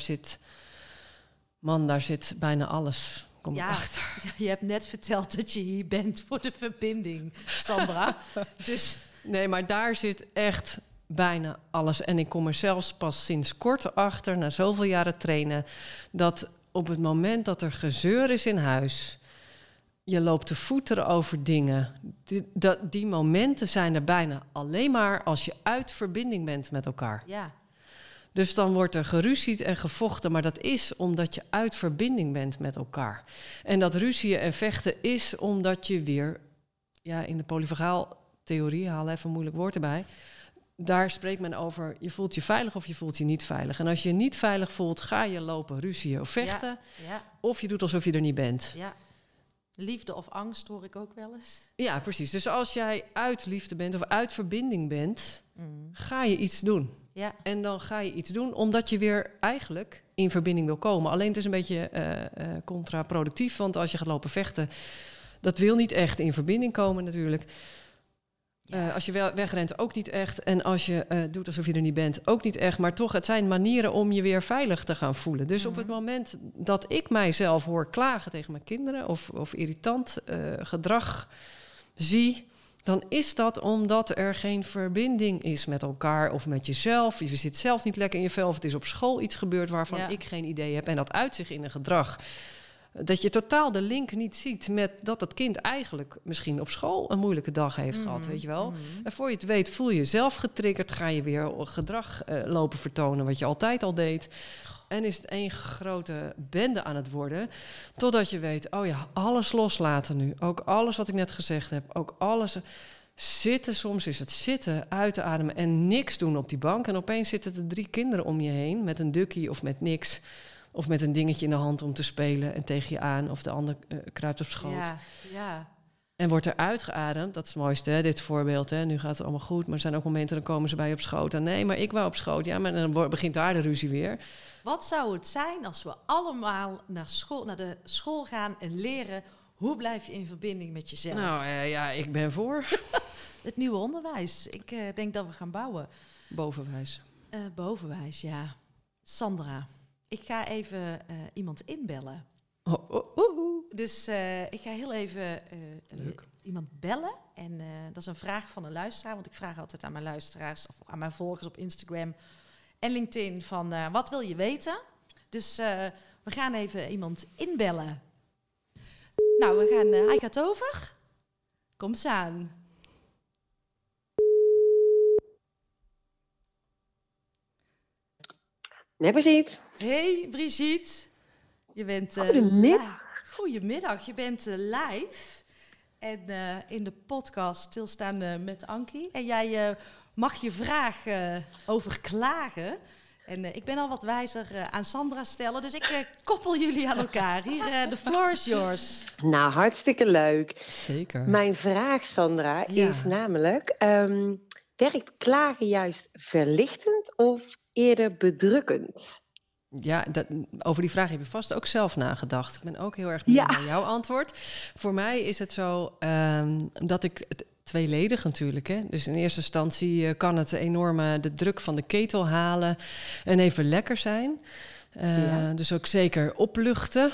zit bijna alles. Kom achter. Ja, je hebt net verteld dat je hier bent voor de verbinding, Sandra. Dus nee, maar daar zit echt bijna alles. En ik kom er zelfs pas sinds kort achter, na zoveel jaren trainen, dat op het moment dat er gezeur is in huis, je loopt te voeteren over dingen. Die momenten zijn er bijna alleen maar als je uit verbinding bent met elkaar. Ja. Dus dan wordt er geruzied en gevochten, maar dat is omdat je uit verbinding bent met elkaar. En dat ruzieën en vechten is omdat je weer, in de polyvagaal-theorie, haal even een moeilijk woord erbij, daar spreekt men over, je voelt je veilig of je voelt je niet veilig. En als je je niet veilig voelt, ga je lopen ruzieën of vechten, of je doet alsof je er niet bent. Ja. Liefde of angst hoor ik ook wel eens. Ja, precies. Dus als jij uit liefde bent of uit verbinding bent, ga je iets doen. Ja. En dan ga je iets doen omdat je weer eigenlijk in verbinding wil komen. Alleen het is een beetje contraproductief, want als je gaat lopen vechten, dat wil niet echt in verbinding komen natuurlijk. Ja. Als je wegrent, ook niet echt. En als je doet alsof je er niet bent, ook niet echt. Maar toch, het zijn manieren om je weer veilig te gaan voelen. Dus op het moment dat ik mijzelf hoor klagen tegen mijn kinderen of irritant gedrag zie, dan is dat omdat er geen verbinding is met elkaar of met jezelf. Je zit zelf niet lekker in je vel of het is op school iets gebeurd waarvan ik geen idee heb. En dat uit zich in een gedrag. Dat je totaal de link niet ziet met dat het kind eigenlijk misschien op school een moeilijke dag heeft gehad, weet je wel. En voor je het weet voel je jezelf getriggerd, ga je weer gedrag lopen vertonen wat je altijd al deed. En is het één grote bende aan het worden, totdat je weet, alles loslaten nu. Ook alles wat ik net gezegd heb, ook alles zitten. Soms is het zitten, uit te ademen en niks doen op die bank. En opeens zitten er 3 kinderen om je heen met een dukkie of met niks. Of met een dingetje in de hand om te spelen en tegen je aan. Of de ander kruipt op schoot. Ja. En wordt er uitgeademd. Dat is het mooiste, hè, dit voorbeeld. Hè. Nu gaat het allemaal goed, maar er zijn ook momenten... dan komen ze bij je op schoot. En nee, maar ik wou op schoot. Ja, maar dan begint daar de ruzie weer. Wat zou het zijn als we allemaal naar de school gaan en leren... hoe blijf je in verbinding met jezelf? Nou, ik ben voor. Het nieuwe onderwijs. Ik denk dat we gaan bouwen. Bovenwijs. Bovenwijs, ja. Sandra, ik ga even iemand inbellen. Dus ik ga heel even iemand bellen. En dat is een vraag van een luisteraar. Want ik vraag altijd aan mijn luisteraars... of aan mijn volgers op Instagram en LinkedIn... van wat wil je weten? Dus we gaan even iemand inbellen. Nou, hij gaat over. Kom eens aan. Met Brigitte. Hey Brigitte. Je bent... Goedemiddag. Je bent live. En in de podcast Stilstaan met Ankie. En jij mag je vraag over klagen. En ik ben al wat wijzer aan Sandra stellen. Dus ik koppel jullie aan elkaar. Hier, the floor is yours. Nou, hartstikke leuk. Zeker. Mijn vraag, Sandra, is namelijk... werkt klagen juist verlichtend of eerder bedrukkend? Ja, over die vraag heb je vast ook zelf nagedacht. Ik ben ook heel erg benieuwd naar jouw antwoord. Voor mij is het zo dat ik... tweeledig natuurlijk. Hè? Dus in eerste instantie kan het de druk van de ketel halen en even lekker zijn. Dus ook zeker opluchten.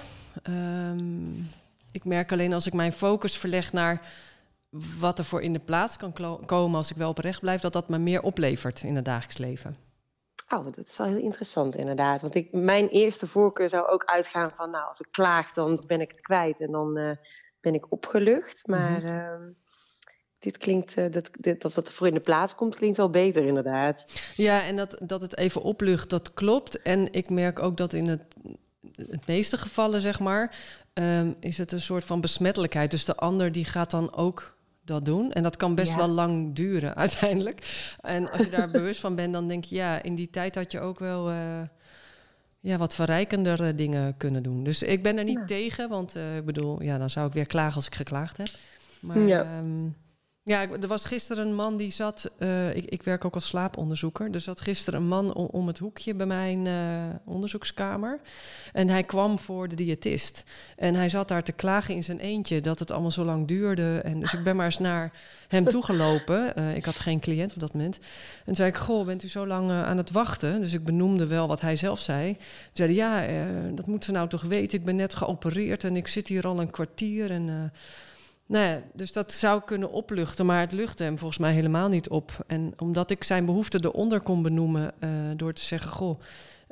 Ik merk alleen als ik mijn focus verleg naar wat er voor in de plaats kan komen als ik wel oprecht blijf, dat me meer oplevert in het dagelijks leven. Oh, dat is wel heel interessant inderdaad. Want mijn eerste voorkeur zou ook uitgaan van, nou, als ik klaag, dan ben ik het kwijt en dan ben ik opgelucht. Maar dit klinkt, dat wat er voor in de plaats komt, klinkt wel beter inderdaad. Ja, en dat het even oplucht, dat klopt. En ik merk ook dat in het meeste gevallen, zeg maar, is het een soort van besmettelijkheid. Dus de ander die gaat dan ook dat doen. En dat kan best wel lang duren uiteindelijk. En als je daar bewust van bent, dan denk je, ja, in die tijd had je ook wel wat verrijkender dingen kunnen doen. Dus ik ben er niet tegen, want ik bedoel, dan zou ik weer klagen als ik geklaagd heb. Maar er was gisteren een man die zat... Ik werk ook als slaaponderzoeker. Er zat gisteren een man om het hoekje bij mijn onderzoekskamer. En hij kwam voor de diëtist. En hij zat daar te klagen in zijn eentje dat het allemaal zo lang duurde. En dus ik ben maar eens naar hem toegelopen. Ik had geen cliënt op dat moment. En zei ik, goh, bent u zo lang aan het wachten? Dus ik benoemde wel wat hij zelf zei. Toen zei hij, dat moet ze nou toch weten. Ik ben net geopereerd en ik zit hier al een kwartier en... dus dat zou kunnen opluchten, maar het luchtte hem volgens mij helemaal niet op. En omdat ik zijn behoefte eronder kon benoemen door te zeggen... goh,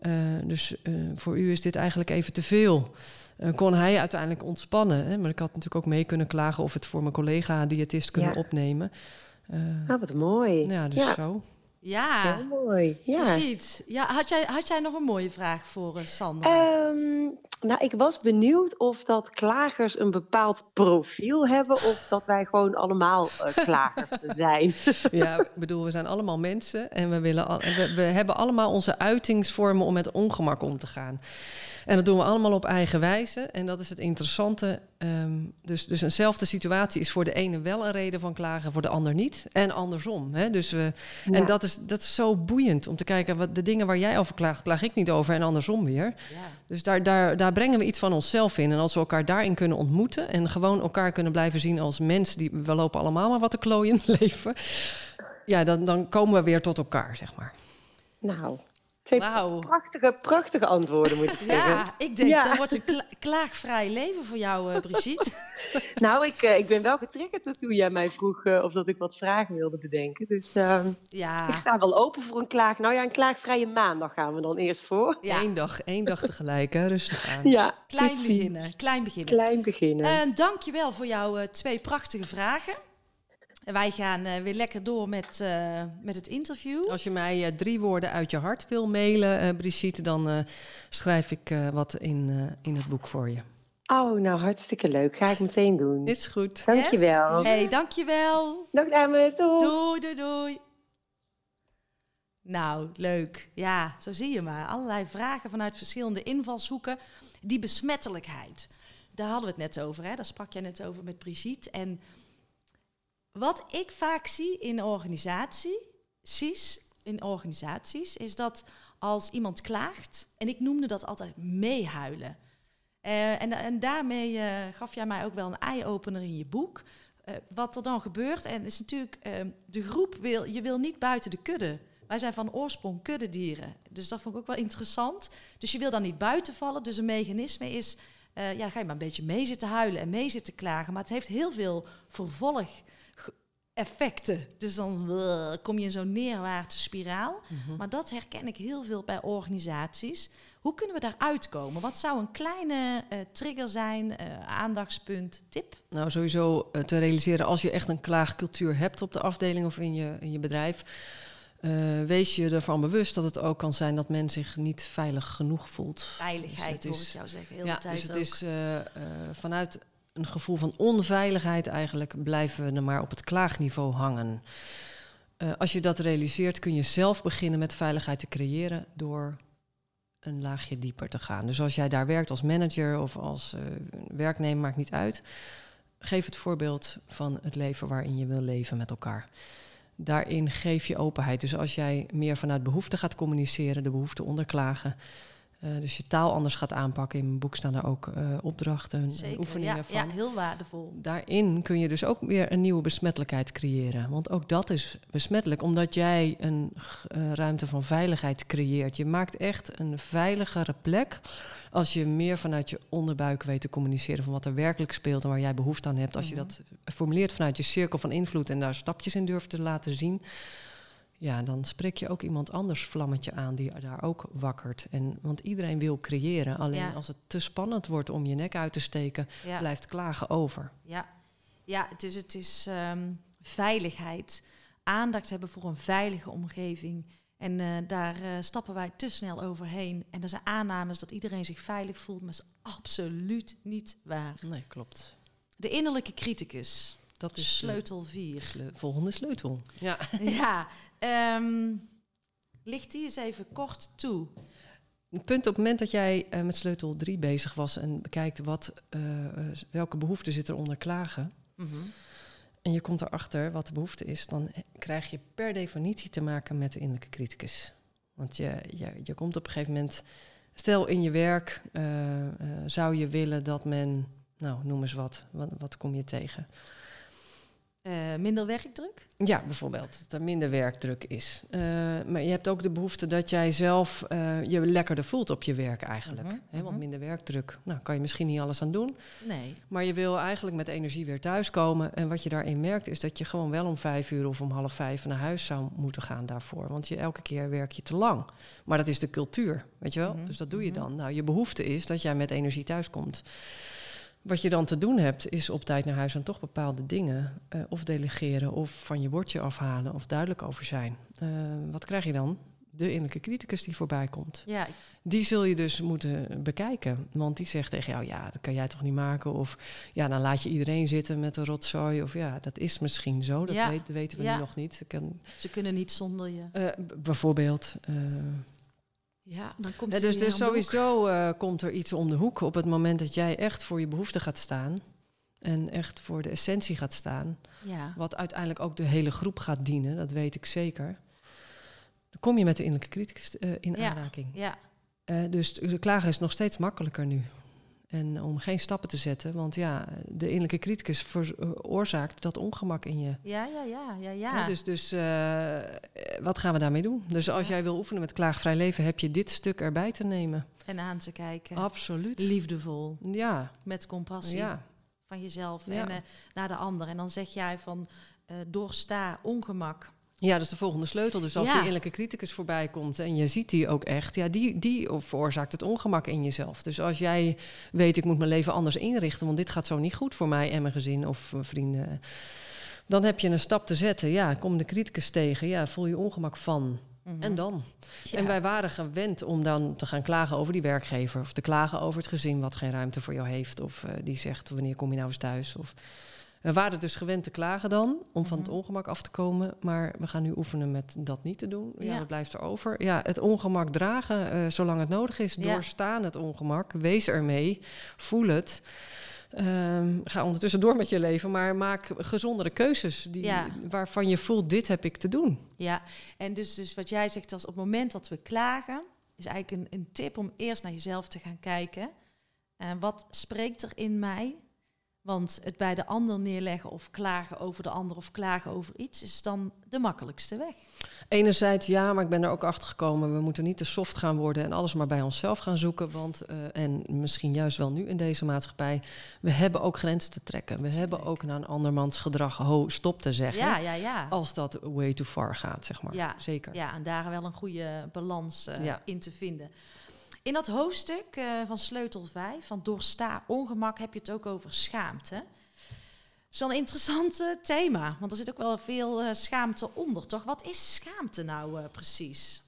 voor u is dit eigenlijk even te veel... kon hij uiteindelijk ontspannen. Hè? Maar ik had natuurlijk ook mee kunnen klagen... of het voor mijn collega-diëtist kunnen opnemen. Wat mooi. Ja, dus zo. Ja, heel mooi. Ja. Precies. Ja, had jij nog een mooie vraag voor Sandra? Nou, ik was benieuwd of dat klagers een bepaald profiel hebben... of dat wij gewoon allemaal klagers zijn. Ja, ik bedoel, we zijn allemaal mensen... en we hebben allemaal onze uitingsvormen om met ongemak om te gaan. En dat doen we allemaal op eigen wijze. En dat is het interessante. Dus eenzelfde situatie is voor de ene wel een reden van klagen... voor de ander niet. En andersom. Hè? En dat is zo boeiend om te kijken... de dingen waar jij over klaagt, klaag ik niet over... en andersom weer. Ja. Dus daar brengen we iets van onszelf in. En als we elkaar daarin kunnen ontmoeten... en gewoon elkaar kunnen blijven zien als mens... we lopen allemaal maar wat te klooien in het leven... ja, dan komen we weer tot elkaar, zeg maar. Nou... Prachtige antwoorden, moet ik zeggen. Ja, ik denk dat wordt een klaagvrij leven voor jou, Brigitte. Nou, ik ben wel getriggerd toen jij mij vroeg of dat ik wat vragen wilde bedenken. Dus ik sta wel open voor een klaag. Nou ja, een klaagvrije maandag gaan we dan eerst voor. Ja. Eén dag tegelijk, hè? Rustig aan. Ja, Klein beginnen. Dankjewel voor jouw 2 prachtige vragen. En wij gaan weer lekker door met het interview. Als je mij 3 woorden uit je hart wil mailen, Brigitte... dan schrijf ik wat in het boek voor je. Oh, nou hartstikke leuk. Ga ik meteen doen. Is goed. Dankjewel. Hey, dankjewel. Dag dames. Doei. Doei. Nou, leuk. Ja, zo zie je maar. Allerlei vragen vanuit verschillende invalshoeken. Die besmettelijkheid, daar hadden we het net over. Hè? Daar sprak jij net over met Brigitte. En wat ik vaak zie in organisaties, is dat als iemand klaagt, en ik noemde dat altijd meehuilen. En daarmee gaf jij mij ook wel een eye-opener in je boek. Wat er dan gebeurt, en is natuurlijk, de groep je wil niet buiten de kudde. Wij zijn van oorsprong kuddedieren, dus dat vond ik ook wel interessant. Dus je wil dan niet buiten vallen, dus een mechanisme is, dan ga je maar een beetje mee zitten huilen en mee zitten klagen. Maar het heeft heel veel vervolgeffecten. Dus dan kom je in zo'n neerwaartse spiraal. Mm-hmm. Maar dat herken ik heel veel bij organisaties. Hoe kunnen we daaruit komen? Wat zou een kleine trigger zijn, aandachtspunt, tip? Nou, sowieso te realiseren als je echt een klaagcultuur hebt op de afdeling of in je bedrijf. Wees je ervan bewust dat het ook kan zijn dat men zich niet veilig genoeg voelt. Veiligheid, dus hoor ik jou zeggen, heel de tijd dus het ook. is vanuit een gevoel van onveiligheid eigenlijk blijven we er maar op het klaagniveau hangen. Als je dat realiseert kun je zelf beginnen met veiligheid te creëren door een laagje dieper te gaan. Dus als jij daar werkt als manager of als werknemer, maakt niet uit. Geef het voorbeeld van het leven waarin je wil leven met elkaar. Daarin geef je openheid. Dus als jij meer vanuit behoefte gaat communiceren, de behoefte onderklagen, dus je taal anders gaat aanpakken. In mijn boek staan er ook opdrachten en oefeningen van. Ja, heel waardevol. Daarin kun je dus ook weer een nieuwe besmettelijkheid creëren. Want ook dat is besmettelijk, omdat jij een ruimte van veiligheid creëert. Je maakt echt een veiligere plek als je meer vanuit je onderbuik weet te communiceren van wat er werkelijk speelt en waar jij behoefte aan hebt. Als je dat formuleert vanuit je cirkel van invloed en daar stapjes in durft te laten zien, ja, dan spreek je ook iemand anders vlammetje aan die daar ook wakkert. Want iedereen wil creëren. Alleen als het te spannend wordt om je nek uit te steken, blijft klagen over. Ja, dus het is veiligheid. Aandacht hebben voor een veilige omgeving. En daar stappen wij te snel overheen. En er zijn aannames dat iedereen zich veilig voelt, maar dat is absoluut niet waar. Nee, klopt. De innerlijke criticus. Dat is sleutel 4. Volgende sleutel. Ja. Licht die eens even kort toe. Het punt op het moment dat jij met sleutel 3 bezig was en bekijkt welke behoefte zit er onder klagen. Mm-hmm. En je komt erachter wat de behoefte is, dan krijg je per definitie te maken met de innerlijke criticus. Want je komt op een gegeven moment, stel in je werk zou je willen dat men, nou noem eens wat kom je tegen? Minder werkdruk? Ja, bijvoorbeeld. Dat er minder werkdruk is. Maar je hebt ook de behoefte dat jij zelf je lekkerder voelt op je werk eigenlijk. Mm-hmm. Want minder werkdruk, nou kan je misschien niet alles aan doen. Nee. Maar je wil eigenlijk met energie weer thuiskomen. En wat je daarin merkt is dat je gewoon wel om 5 uur of om 4:30 naar huis zou moeten gaan daarvoor. Want elke keer werk je te lang. Maar dat is de cultuur, weet je wel? Mm-hmm. Dus dat doe je dan. Nou, je behoefte is dat jij met energie thuiskomt. Wat je dan te doen hebt, is op tijd naar huis en toch bepaalde dingen of delegeren of van je bordje afhalen of duidelijk over zijn. Wat krijg je dan? De innerlijke criticus die voorbij komt. Ja. Die zul je dus moeten bekijken. Want die zegt tegen jou, ja, dat kan jij toch niet maken? Of ja, dan laat je iedereen zitten met een rotzooi. Of ja, dat is misschien zo, dat weten we nu nog niet. Ze kunnen niet zonder je. Bijvoorbeeld. Ja, dan komt dus sowieso komt er iets om de hoek op het moment dat jij echt voor je behoefte gaat staan. En echt voor de essentie gaat staan. Ja. Wat uiteindelijk ook de hele groep gaat dienen, dat weet ik zeker. Dan kom je met de innerlijke criticus in aanraking. Ja. Dus de klagen is nog steeds makkelijker nu. En om geen stappen te zetten, want ja, de innerlijke criticus veroorzaakt dat ongemak in je. Ja. Dus wat gaan we daarmee doen? Dus als jij wil oefenen met klaagvrij leven, heb je dit stuk erbij te nemen. En aan te kijken. Absoluut. Liefdevol. Ja. Met compassie van jezelf en naar de ander. En dan zeg jij van doorsta ongemak. Ja, dat is de volgende sleutel. Dus als die innerlijke criticus voorbij komt en je ziet die ook echt, ja, die veroorzaakt het ongemak in jezelf. Dus als jij weet, ik moet mijn leven anders inrichten, want dit gaat zo niet goed voor mij en mijn gezin of vrienden, dan heb je een stap te zetten. Ja, kom de criticus tegen, ja, voel je ongemak van. Mm-hmm. En dan? Ja. En wij waren gewend om dan te gaan klagen over die werkgever, of te klagen over het gezin wat geen ruimte voor jou heeft, of die zegt, wanneer kom je nou eens thuis? Of We waren dus gewend te klagen dan, om van het ongemak af te komen. Maar we gaan nu oefenen met dat niet te doen. Ja, wat blijft er over? Ja, het ongemak dragen, zolang het nodig is. Ja. Doorstaan het ongemak. Wees ermee. Voel het. Ga ondertussen door met je leven, maar maak gezondere keuzes waarvan je voelt, dit heb ik te doen. Ja, en dus wat jij zegt, als op het moment dat we klagen, is eigenlijk een tip om eerst naar jezelf te gaan kijken. Wat spreekt er in mij? Want het bij de ander neerleggen of klagen over de ander of klagen over iets is dan de makkelijkste weg. Enerzijds ja, maar ik ben er ook achter gekomen. We moeten niet te soft gaan worden en alles maar bij onszelf gaan zoeken. Want, en misschien juist wel nu in deze maatschappij, we hebben ook grenzen te trekken. We hebben ook naar een andermans gedrag stop te zeggen. Ja. Als dat way too far gaat, zeg maar. Ja, zeker. Ja, en daar wel een goede balans in te vinden. In dat hoofdstuk van sleutel 5, van doorsta ongemak, heb je het ook over schaamte. Dat is wel een interessant thema, want er zit ook wel veel schaamte onder, toch? Wat is schaamte nou precies?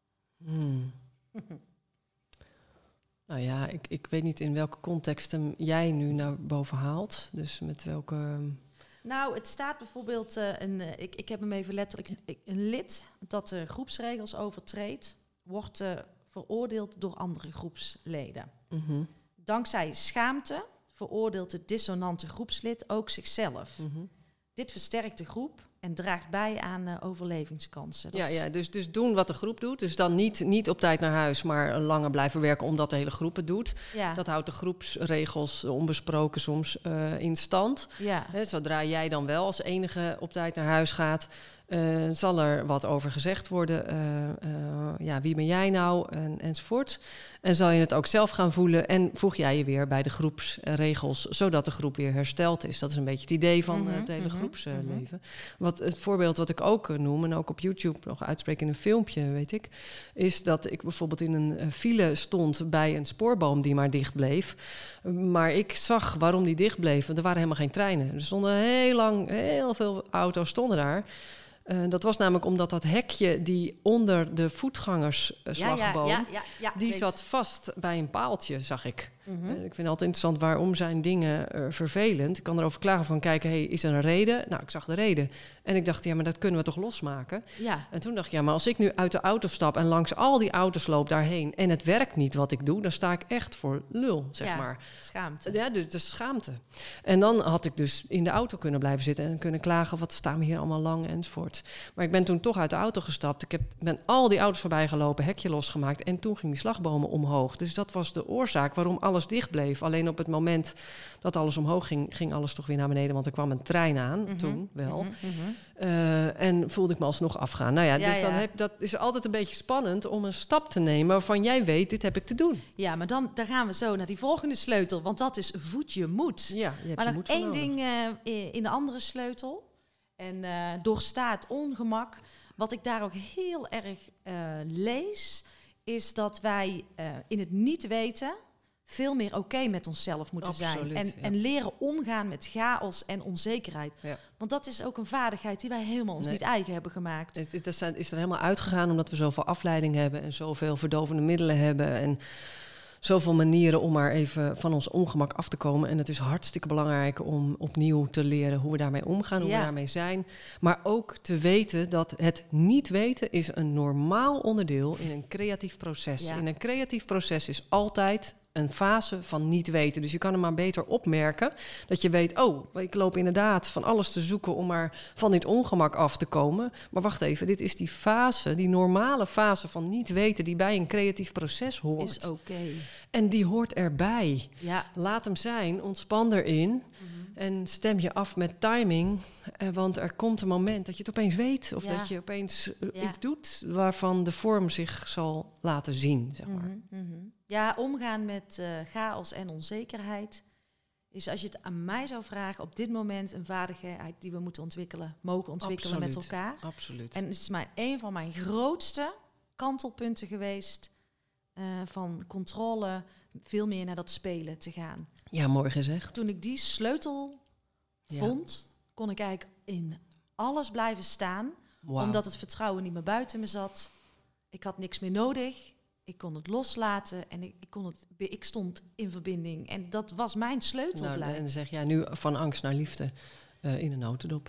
Nou ja, ik weet niet in welke context jij nu naar boven haalt. Dus met welke... Nou, het staat bijvoorbeeld, ik heb hem even letterlijk, een lid dat de groepsregels overtreedt, wordt veroordeeld door andere groepsleden. Dankzij schaamte veroordeelt het dissonante groepslid ook zichzelf. Dit versterkt de groep en draagt bij aan overlevingskansen. Dus doen wat de groep doet. Dus dan niet op tijd naar huis, maar langer blijven werken omdat de hele groep het doet. Ja. Dat houdt de groepsregels onbesproken soms in stand. Ja. Zodra jij dan wel als enige op tijd naar huis gaat, zal er wat over gezegd worden. Wie ben jij nou? Enzovoort. En zal je het ook zelf gaan voelen en voeg jij je weer bij de groepsregels, zodat de groep weer hersteld is. Dat is een beetje het idee van het hele groepsleven. Het voorbeeld wat ik ook noem, en ook op YouTube nog uitspreek in een filmpje, weet ik, is dat ik bijvoorbeeld in een file stond bij een spoorboom die maar dicht bleef. Maar ik zag waarom die dicht bleef, want er waren helemaal geen treinen. Er stonden heel veel auto's stonden daar. Dat was namelijk omdat dat hekje die onder de voetgangersslagboom, die zat vast bij een paaltje, zag ik. Ik vind het altijd interessant, waarom zijn dingen vervelend? Ik kan erover klagen van, kijken, is er een reden? Nou, ik zag de reden. En ik dacht, maar dat kunnen we toch losmaken? Ja. En toen dacht ik, maar als ik nu uit de auto stap en langs al die auto's loop daarheen en het werkt niet wat ik doe, dan sta ik echt voor lul, zeg maar. Schaamte. Ja, dus schaamte. En dan had ik dus in de auto kunnen blijven zitten en kunnen klagen, wat staan we hier allemaal lang enzovoort. Maar ik ben toen toch uit de auto gestapt. Ik ben al die auto's voorbij gelopen, hekje losgemaakt en toen ging die slagbomen omhoog. Dus dat was de oorzaak waarom alles dicht bleef. Alleen op het moment dat alles omhoog ging, ging alles toch weer naar beneden, want er kwam een trein aan, toen wel. En voelde ik me alsnog afgaan. Nou ja, dat is altijd een beetje spannend om een stap te nemen waarvan jij weet, dit heb ik te doen. Ja, maar dan gaan we zo naar die volgende sleutel, want dat is voed je moed. Ja, maar nog één ding in de andere sleutel. En doorsta het ongemak. Wat ik daar ook heel erg lees, is dat wij in het niet weten veel meer oké met onszelf moeten zijn. En leren omgaan met chaos en onzekerheid. Ja. Want dat is ook een vaardigheid die wij helemaal ons niet eigen hebben gemaakt. Het is er helemaal uitgegaan omdat we zoveel afleiding hebben en zoveel verdovende middelen hebben en zoveel manieren om maar even van ons ongemak af te komen. En het is hartstikke belangrijk om opnieuw te leren hoe we daarmee omgaan, hoe we daarmee zijn. Maar ook te weten dat het niet weten is een normaal onderdeel in een creatief proces. Ja. In een creatief proces is altijd een fase van niet weten. Dus je kan hem maar beter opmerken. Dat je weet, ik loop inderdaad van alles te zoeken om maar van dit ongemak af te komen. Maar wacht even, dit is die fase, die normale fase van niet weten die bij een creatief proces hoort. Is oké. En die hoort erbij. Ja. Laat hem zijn, ontspan erin. En stem je af met timing. Want er komt een moment dat je het opeens weet. Of dat je opeens iets doet waarvan de vorm zich zal laten zien, zeg maar. Ja, omgaan met chaos en onzekerheid is, als je het aan mij zou vragen, op dit moment een vaardigheid die we mogen ontwikkelen met elkaar. Absoluut. En het is een van mijn grootste kantelpunten geweest van controle, veel meer naar dat spelen te gaan. Ja, mooi gezegd. Toen ik die sleutel vond, kon ik eigenlijk in alles blijven staan. Wow. Omdat het vertrouwen niet meer buiten me zat. Ik had niks meer nodig. Ik kon het loslaten en ik stond in verbinding. En dat was mijn sleutel. En dan zeg jij nu van angst naar liefde. in een notendop.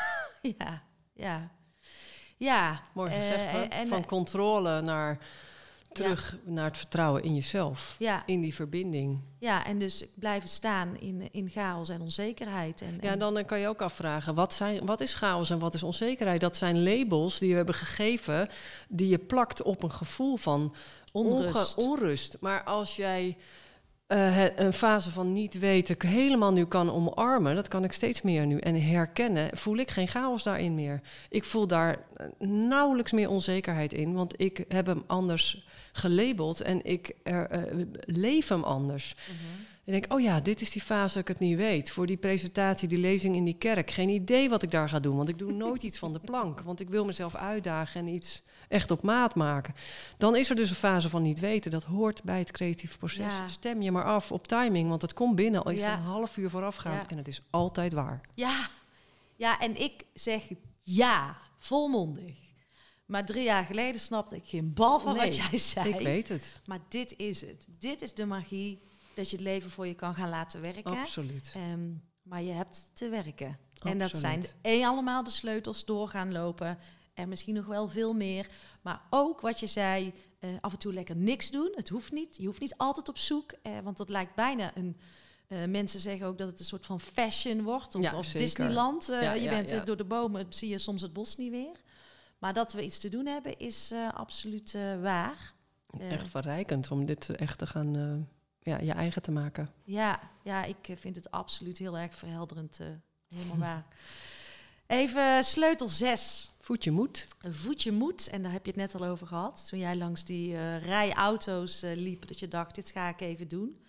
Ja. Mooi gezegd hoor. Van controle naar terug naar het vertrouwen in jezelf. Ja. In die verbinding. Ja, en dus blijven staan in chaos en onzekerheid. En dan kan je ook afvragen, wat is chaos en wat is onzekerheid? Dat zijn labels die we hebben gegeven, die je plakt op een gevoel van onrust. Maar als jij een fase van niet weten helemaal nu kan omarmen, dat kan ik steeds meer nu, en herkennen, voel ik geen chaos daarin meer. Ik voel daar nauwelijks meer onzekerheid in, want ik heb hem anders gelabeld en ik leef hem anders. Mm-hmm. Ik denk, oh ja, dit is die fase dat ik het niet weet. Voor die presentatie, die lezing in die kerk. Geen idee wat ik daar ga doen, want ik doe nooit iets van de plank. Want ik wil mezelf uitdagen en iets echt op maat maken. Dan is er dus een fase van niet weten. Dat hoort bij het creatief proces. Ja. Stem je maar af op timing, want het komt binnen. Al is het een half uur voorafgaand en het is altijd waar. Ja, en ik zeg volmondig. Maar 3 jaar geleden snapte ik geen bal van wat jij zei. Ik weet het. Maar dit is het. Dit is de magie dat je het leven voor je kan gaan laten werken. Absoluut. Maar je hebt te werken. Absoluut. En dat zijn allemaal de sleutels doorgaan lopen. En misschien nog wel veel meer. Maar ook wat je zei, af en toe lekker niks doen. Het hoeft niet. Je hoeft niet altijd op zoek. Want dat lijkt bijna een... mensen zeggen ook dat het een soort van fashion wordt. Of Disneyland. Je bent door de bomen, zie je soms het bos niet meer. Maar dat we iets te doen hebben, is absoluut waar. Echt verrijkend om dit echt te gaan... je eigen te maken. Ja, ik vind het absoluut heel erg verhelderend. Helemaal waar. Even sleutel 6. Voed je moed. Voed je moed. En daar heb je het net al over gehad. Toen jij langs die rij auto's liep, dat je dacht, dit ga ik even doen.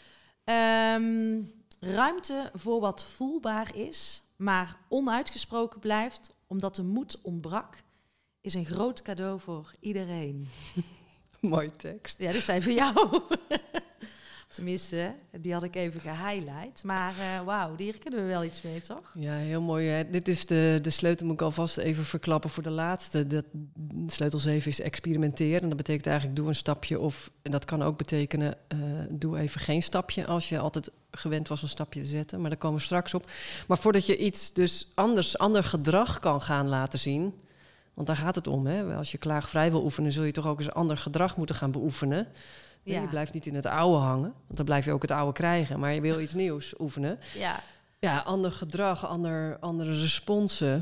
Ruimte voor wat voelbaar is, maar onuitgesproken blijft, omdat de moed ontbrak, is een groot cadeau voor iedereen. Mooie tekst. Ja, dat zijn voor jou. Tenminste, die had ik even gehighlight. Maar wauw, hier kunnen we wel iets mee, toch? Ja, heel mooi. Hè? Dit is de sleutel, moet ik alvast even verklappen voor de laatste. Sleutel 7 is experimenteren. En dat betekent eigenlijk doe een stapje. En dat kan ook betekenen doe even geen stapje. Als je altijd gewend was een stapje te zetten. Maar daar komen we straks op. Maar voordat je iets dus ander gedrag kan gaan laten zien. Want daar gaat het om. Hè? Als je klaagvrij wil oefenen, zul je toch ook eens ander gedrag moeten gaan beoefenen. Ja. Je blijft niet in het oude hangen, want dan blijf je ook het oude krijgen. Maar je wil iets nieuws oefenen. Ja, ander gedrag, andere responsen.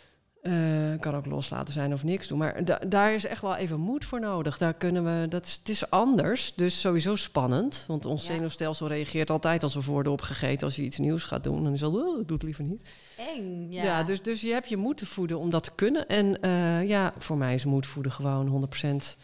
Kan ook loslaten zijn of niks doen. Maar daar is echt wel even moed voor nodig. Daar het is anders, dus sowieso spannend. Want ons zenuwstelsel reageert altijd als we worden opgegeten. Als je iets nieuws gaat doen, dan is het ik doe het liever niet. Eng, ja. Dus je hebt je moed te voeden om dat te kunnen. En voor mij is moed voeden gewoon 100%...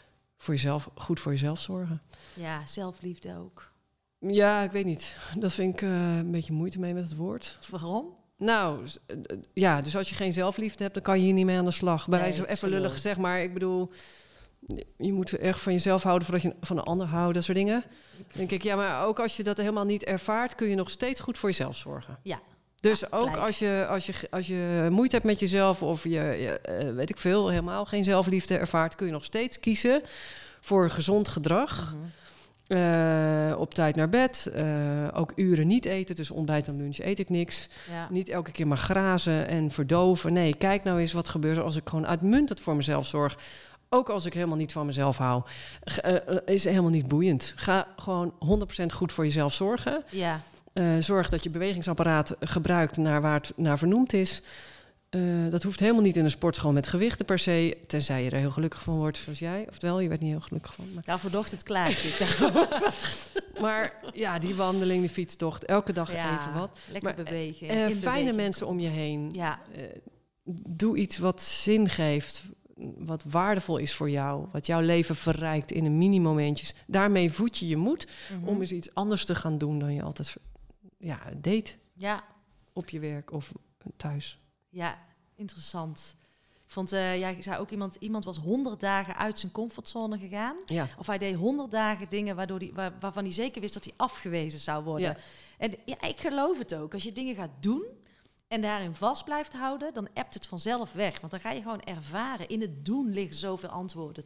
goed voor jezelf zorgen. Ja, zelfliefde ook. Ja, ik weet niet. Dat vind ik een beetje moeite mee met het woord. Waarom? Nou, dus als je geen zelfliefde hebt, dan kan je hier niet mee aan de slag. Bij wijze van even lullig gezegd, maar ik bedoel... Je moet echt van jezelf houden voordat je van een ander houdt, dat soort dingen. Dan denk ik, maar ook als je dat helemaal niet ervaart, kun je nog steeds goed voor jezelf zorgen. Ja. Dus ook als je moeite hebt met jezelf of je weet ik veel, helemaal geen zelfliefde ervaart, kun je nog steeds kiezen voor gezond gedrag. Mm-hmm. Op tijd naar bed. Ook uren niet eten. Dus ontbijt en lunch eet ik niks. Ja. Niet elke keer maar grazen en verdoven. Nee, kijk nou eens wat gebeurt als ik gewoon uitmuntend voor mezelf zorg. Ook als ik helemaal niet van mezelf hou. Is helemaal niet boeiend. Ga gewoon 100% goed voor jezelf zorgen. Ja. Zorg dat je bewegingsapparaat gebruikt naar waar het naar vernoemd is. Dat hoeft helemaal niet in een sportschool met gewichten per se. Tenzij je er heel gelukkig van wordt, zoals jij. Oftewel, je werd niet heel gelukkig van. Maar... Ja, vanochtend klaar ik daarover. Maar ja, die wandeling, die fietstocht, elke dag even wat. Lekker bewegen. Fijne mensen om je heen. Ja. Doe iets wat zin geeft, wat waardevol is voor jou. Wat jouw leven verrijkt in een mini-momentjes. Daarmee voed je je moed om eens iets anders te gaan doen dan je altijd deed. Ja. Op je werk of thuis. Ja, interessant. Ik vond, jij zei ook iemand was 100 dagen uit zijn comfortzone gegaan. Ja. Of hij deed 100 dagen dingen waarvan hij zeker wist dat hij afgewezen zou worden. Ja. En ik geloof het ook. Als je dingen gaat doen en daarin vast blijft houden, dan appt het vanzelf weg. Want dan ga je gewoon ervaren. In het doen liggen zoveel antwoorden, toch?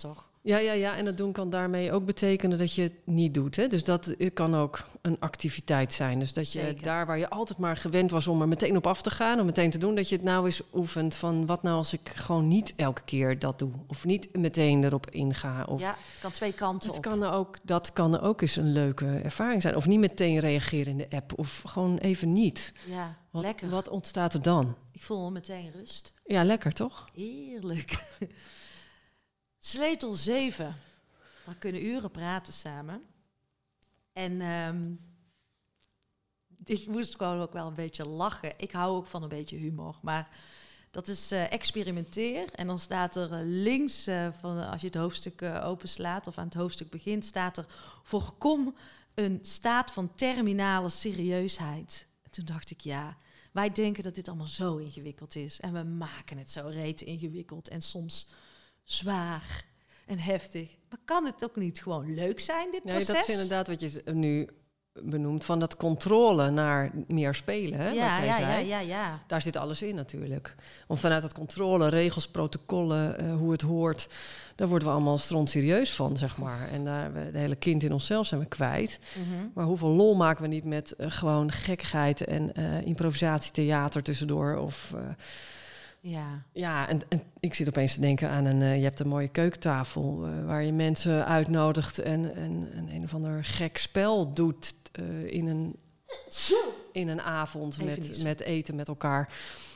Ja, en dat doen kan daarmee ook betekenen dat je het niet doet. Hè? Dus dat kan ook een activiteit zijn. Dus dat je daar waar je altijd maar gewend was om er meteen op af te gaan, om meteen te doen, dat je het nou eens oefent van wat nou als ik gewoon niet elke keer dat doe. Of niet meteen erop inga. Of het kan twee kanten op. Dat kan ook eens een leuke ervaring zijn. Of niet meteen reageren in de app. Of gewoon even niet. Ja, lekker. Wat ontstaat er dan? Ik voel meteen rust. Ja, lekker toch? Heerlijk. Sleutel 7. We kunnen uren praten samen. En ik moest gewoon ook wel een beetje lachen. Ik hou ook van een beetje humor. Maar dat is experimenteer. En dan staat er links, als je het hoofdstuk openslaat of aan het hoofdstuk begint, staat er voorkom een staat van terminale serieusheid. En toen dacht ik, ja, wij denken dat dit allemaal zo ingewikkeld is. En we maken het zo reet ingewikkeld en soms zwaar en heftig. Maar kan het ook niet gewoon leuk zijn, dit proces? Dat is inderdaad wat je nu benoemt, van dat controle naar meer spelen. Hè, wat jij zei. Ja. Daar zit alles in natuurlijk. Om vanuit dat controle, regels, protocollen, hoe het hoort, daar worden we allemaal serieus van, zeg maar. En daar de hele kind in onszelf zijn we kwijt. Mm-hmm. Maar hoeveel lol maken we niet met gewoon gekkigheid en improvisatietheater tussendoor of... Ja, en ik zit opeens te denken aan je hebt een mooie keukentafel waar je mensen uitnodigt en een of ander gek spel doet in een avond met eten met elkaar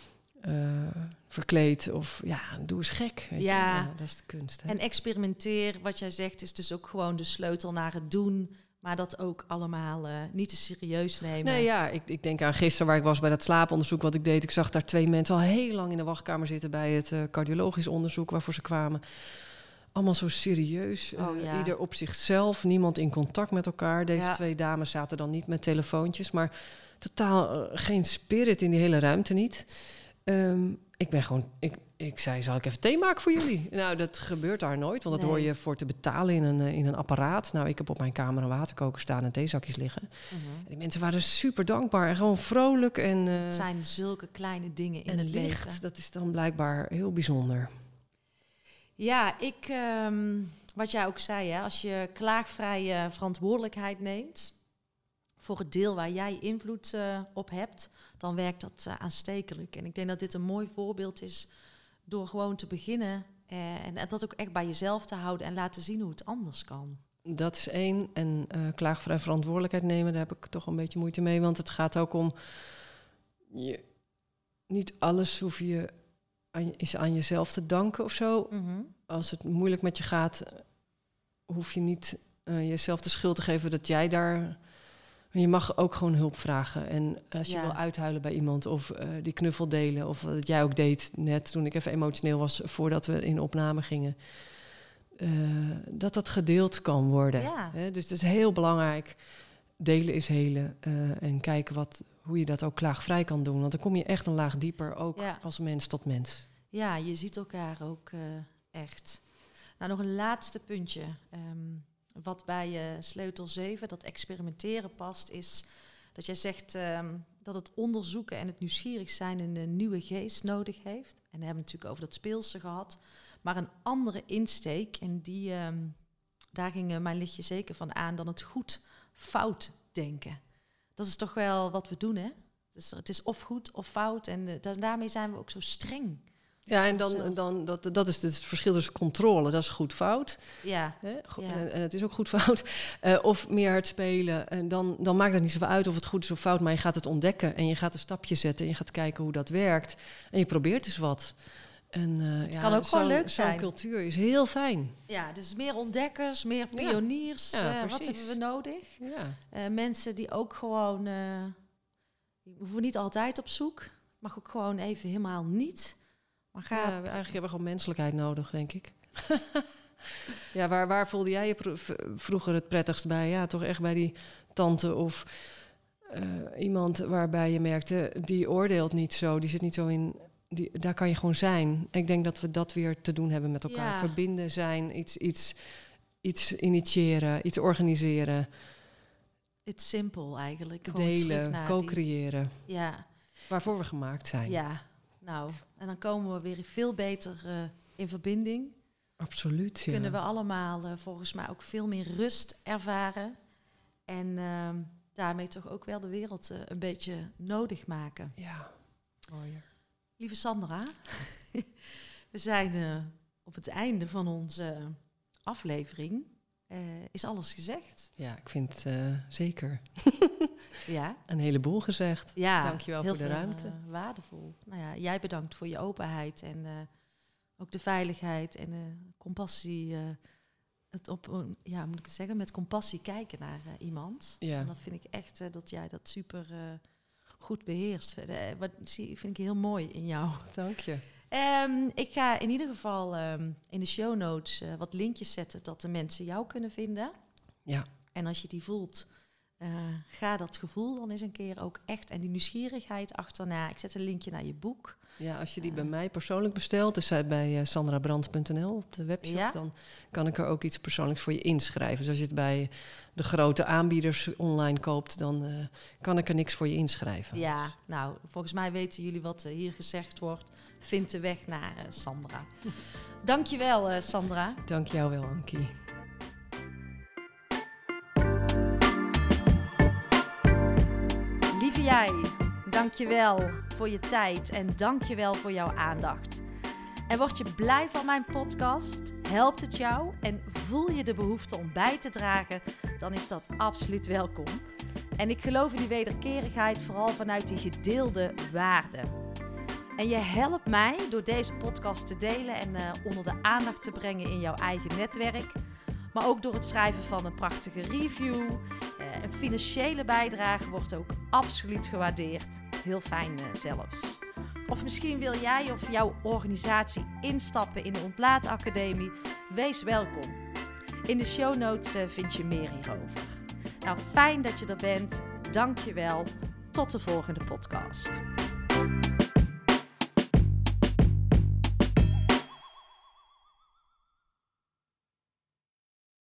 verkleed of doe eens gek. Weet je? Ja, dat is de kunst. Hè? En experimenteer, wat jij zegt, is dus ook gewoon de sleutel naar het doen. Maar dat ook allemaal niet te serieus nemen. Nee, ja, ik denk aan gisteren waar ik was bij dat slaaponderzoek wat ik deed. Ik zag daar 2 mensen al heel lang in de wachtkamer zitten bij het cardiologisch onderzoek waarvoor ze kwamen. Allemaal zo serieus. Ieder op zichzelf, niemand in contact met elkaar. Deze 2 dames zaten dan niet met telefoontjes, maar totaal geen spirit in die hele ruimte niet. Ik ben gewoon... Ik zei, zal ik even thee maken voor jullie? Nou, dat gebeurt daar nooit, want dat hoor je voor te betalen in een apparaat. Nou, ik heb op mijn kamer een waterkoker staan en theezakjes liggen. Mm-hmm. En die mensen waren super dankbaar en gewoon vrolijk. En, het zijn zulke kleine dingen in het licht, leven. Dat is dan blijkbaar heel bijzonder. Ja, wat jij ook zei, hè, als je klaagvrije verantwoordelijkheid neemt voor het deel waar jij invloed op hebt, dan werkt dat aanstekelijk. En ik denk dat dit een mooi voorbeeld is door gewoon te beginnen en dat ook echt bij jezelf te houden en laten zien hoe het anders kan. Dat is 1. En klaagvrij verantwoordelijkheid nemen, daar heb ik toch een beetje moeite mee. Want het gaat ook om... niet alles hoef je aan jezelf te danken of zo. Mm-hmm. Als het moeilijk met je gaat, hoef je niet jezelf de schuld te geven dat jij daar... Je mag ook gewoon hulp vragen. En als je wil uithuilen bij iemand of die knuffel delen... of wat jij ook deed net toen ik even emotioneel was voordat we in opname gingen... dat gedeeld kan worden. Ja. Dus het is heel belangrijk. Delen is helen. En kijken hoe je dat ook klaagvrij kan doen. Want dan kom je echt een laag dieper, ook als mens tot mens. Ja, je ziet elkaar ook echt. Nou, nog een laatste puntje... Wat bij sleutel 7, dat experimenteren past, is dat jij zegt dat het onderzoeken en het nieuwsgierig zijn een nieuwe geest nodig heeft. En we hebben het natuurlijk over dat speelse gehad. Maar een andere insteek, en daar ging mijn lichtje zeker van aan, dan het goed-fout denken. Dat is toch wel wat we doen, hè? Het is of goed of fout en daarmee zijn we ook zo streng. Ja, en dat is dus het verschil tussen controle, dat is goed-fout. Ja. En het is ook goed-fout. Of meer het spelen. En dan maakt het niet zoveel uit of het goed is of fout, maar je gaat het ontdekken en je gaat een stapje zetten en je gaat kijken hoe dat werkt. En je probeert eens wat. En, het kan ook gewoon leuk zijn. Zo'n cultuur is heel fijn. Ja, dus meer ontdekkers, meer pioniers. Wat hebben we nodig? Ja. Mensen die ook gewoon... we hoeven niet altijd op zoek. Mag ook gewoon even helemaal niet... eigenlijk hebben we gewoon menselijkheid nodig, denk ik. Ja, waar voelde jij je vroeger het prettigst bij? Ja, toch echt bij die tante of iemand waarbij je merkte... die oordeelt niet zo, die zit niet zo in... daar kan je gewoon zijn. Ik denk dat we dat weer te doen hebben met elkaar. Ja. Verbinden zijn, iets initiëren, iets organiseren. Het is simpel eigenlijk. Gewoon delen, co-creëren. Ja. Waarvoor we gemaakt zijn. Ja. Nou, en dan komen we weer veel beter in verbinding. Absoluut, ja. Kunnen we allemaal volgens mij ook veel meer rust ervaren. En daarmee toch ook wel de wereld een beetje nodig maken. Ja, mooier. Lieve Sandra, we zijn op het einde van onze aflevering. Is alles gezegd? Ja, ik vind zeker. Ja. Een heleboel gezegd. Ja, dankjewel voor de ruimte. Waardevol. Nou ja, jij bedankt voor je openheid en ook de veiligheid en de compassie. Het moet ik het zeggen, met compassie kijken naar iemand. Ja. En dat vind ik echt dat jij dat super goed beheerst. Wat vind ik heel mooi in jou. Dank je. Ik ga in ieder geval in de show notes wat linkjes zetten dat de mensen jou kunnen vinden. Ja. En als je die voelt, ga dat gevoel dan eens een keer ook echt en die nieuwsgierigheid achterna. Ik zet een linkje naar je boek. Ja, als je die bij mij persoonlijk bestelt, dus bij sandrabrand.nl op de webshop, dan kan ik er ook iets persoonlijks voor je inschrijven. Dus als je het bij de grote aanbieders online koopt, dan kan ik er niks voor je inschrijven. Ja, nou, volgens mij weten jullie wat hier gezegd wordt. Vind de weg naar Sandra. Dankjewel, Sandra. Dank jou wel, Ankie. Lieve jij, dankjewel voor je tijd en dankjewel voor jouw aandacht. En word je blij van mijn podcast? Helpt het jou en voel je de behoefte om bij te dragen? Dan is dat absoluut welkom. En ik geloof in die wederkerigheid vooral vanuit die gedeelde waarden. En je helpt mij door deze podcast te delen en onder de aandacht te brengen in jouw eigen netwerk. Maar ook door het schrijven van een prachtige review. Een financiële bijdrage wordt ook absoluut gewaardeerd. Heel fijn zelfs. Of misschien wil jij of jouw organisatie instappen in de Ontlaatacademie. Wees welkom. In de show notes vind je meer hierover. Nou, fijn dat je er bent. Dank je wel. Tot de volgende podcast.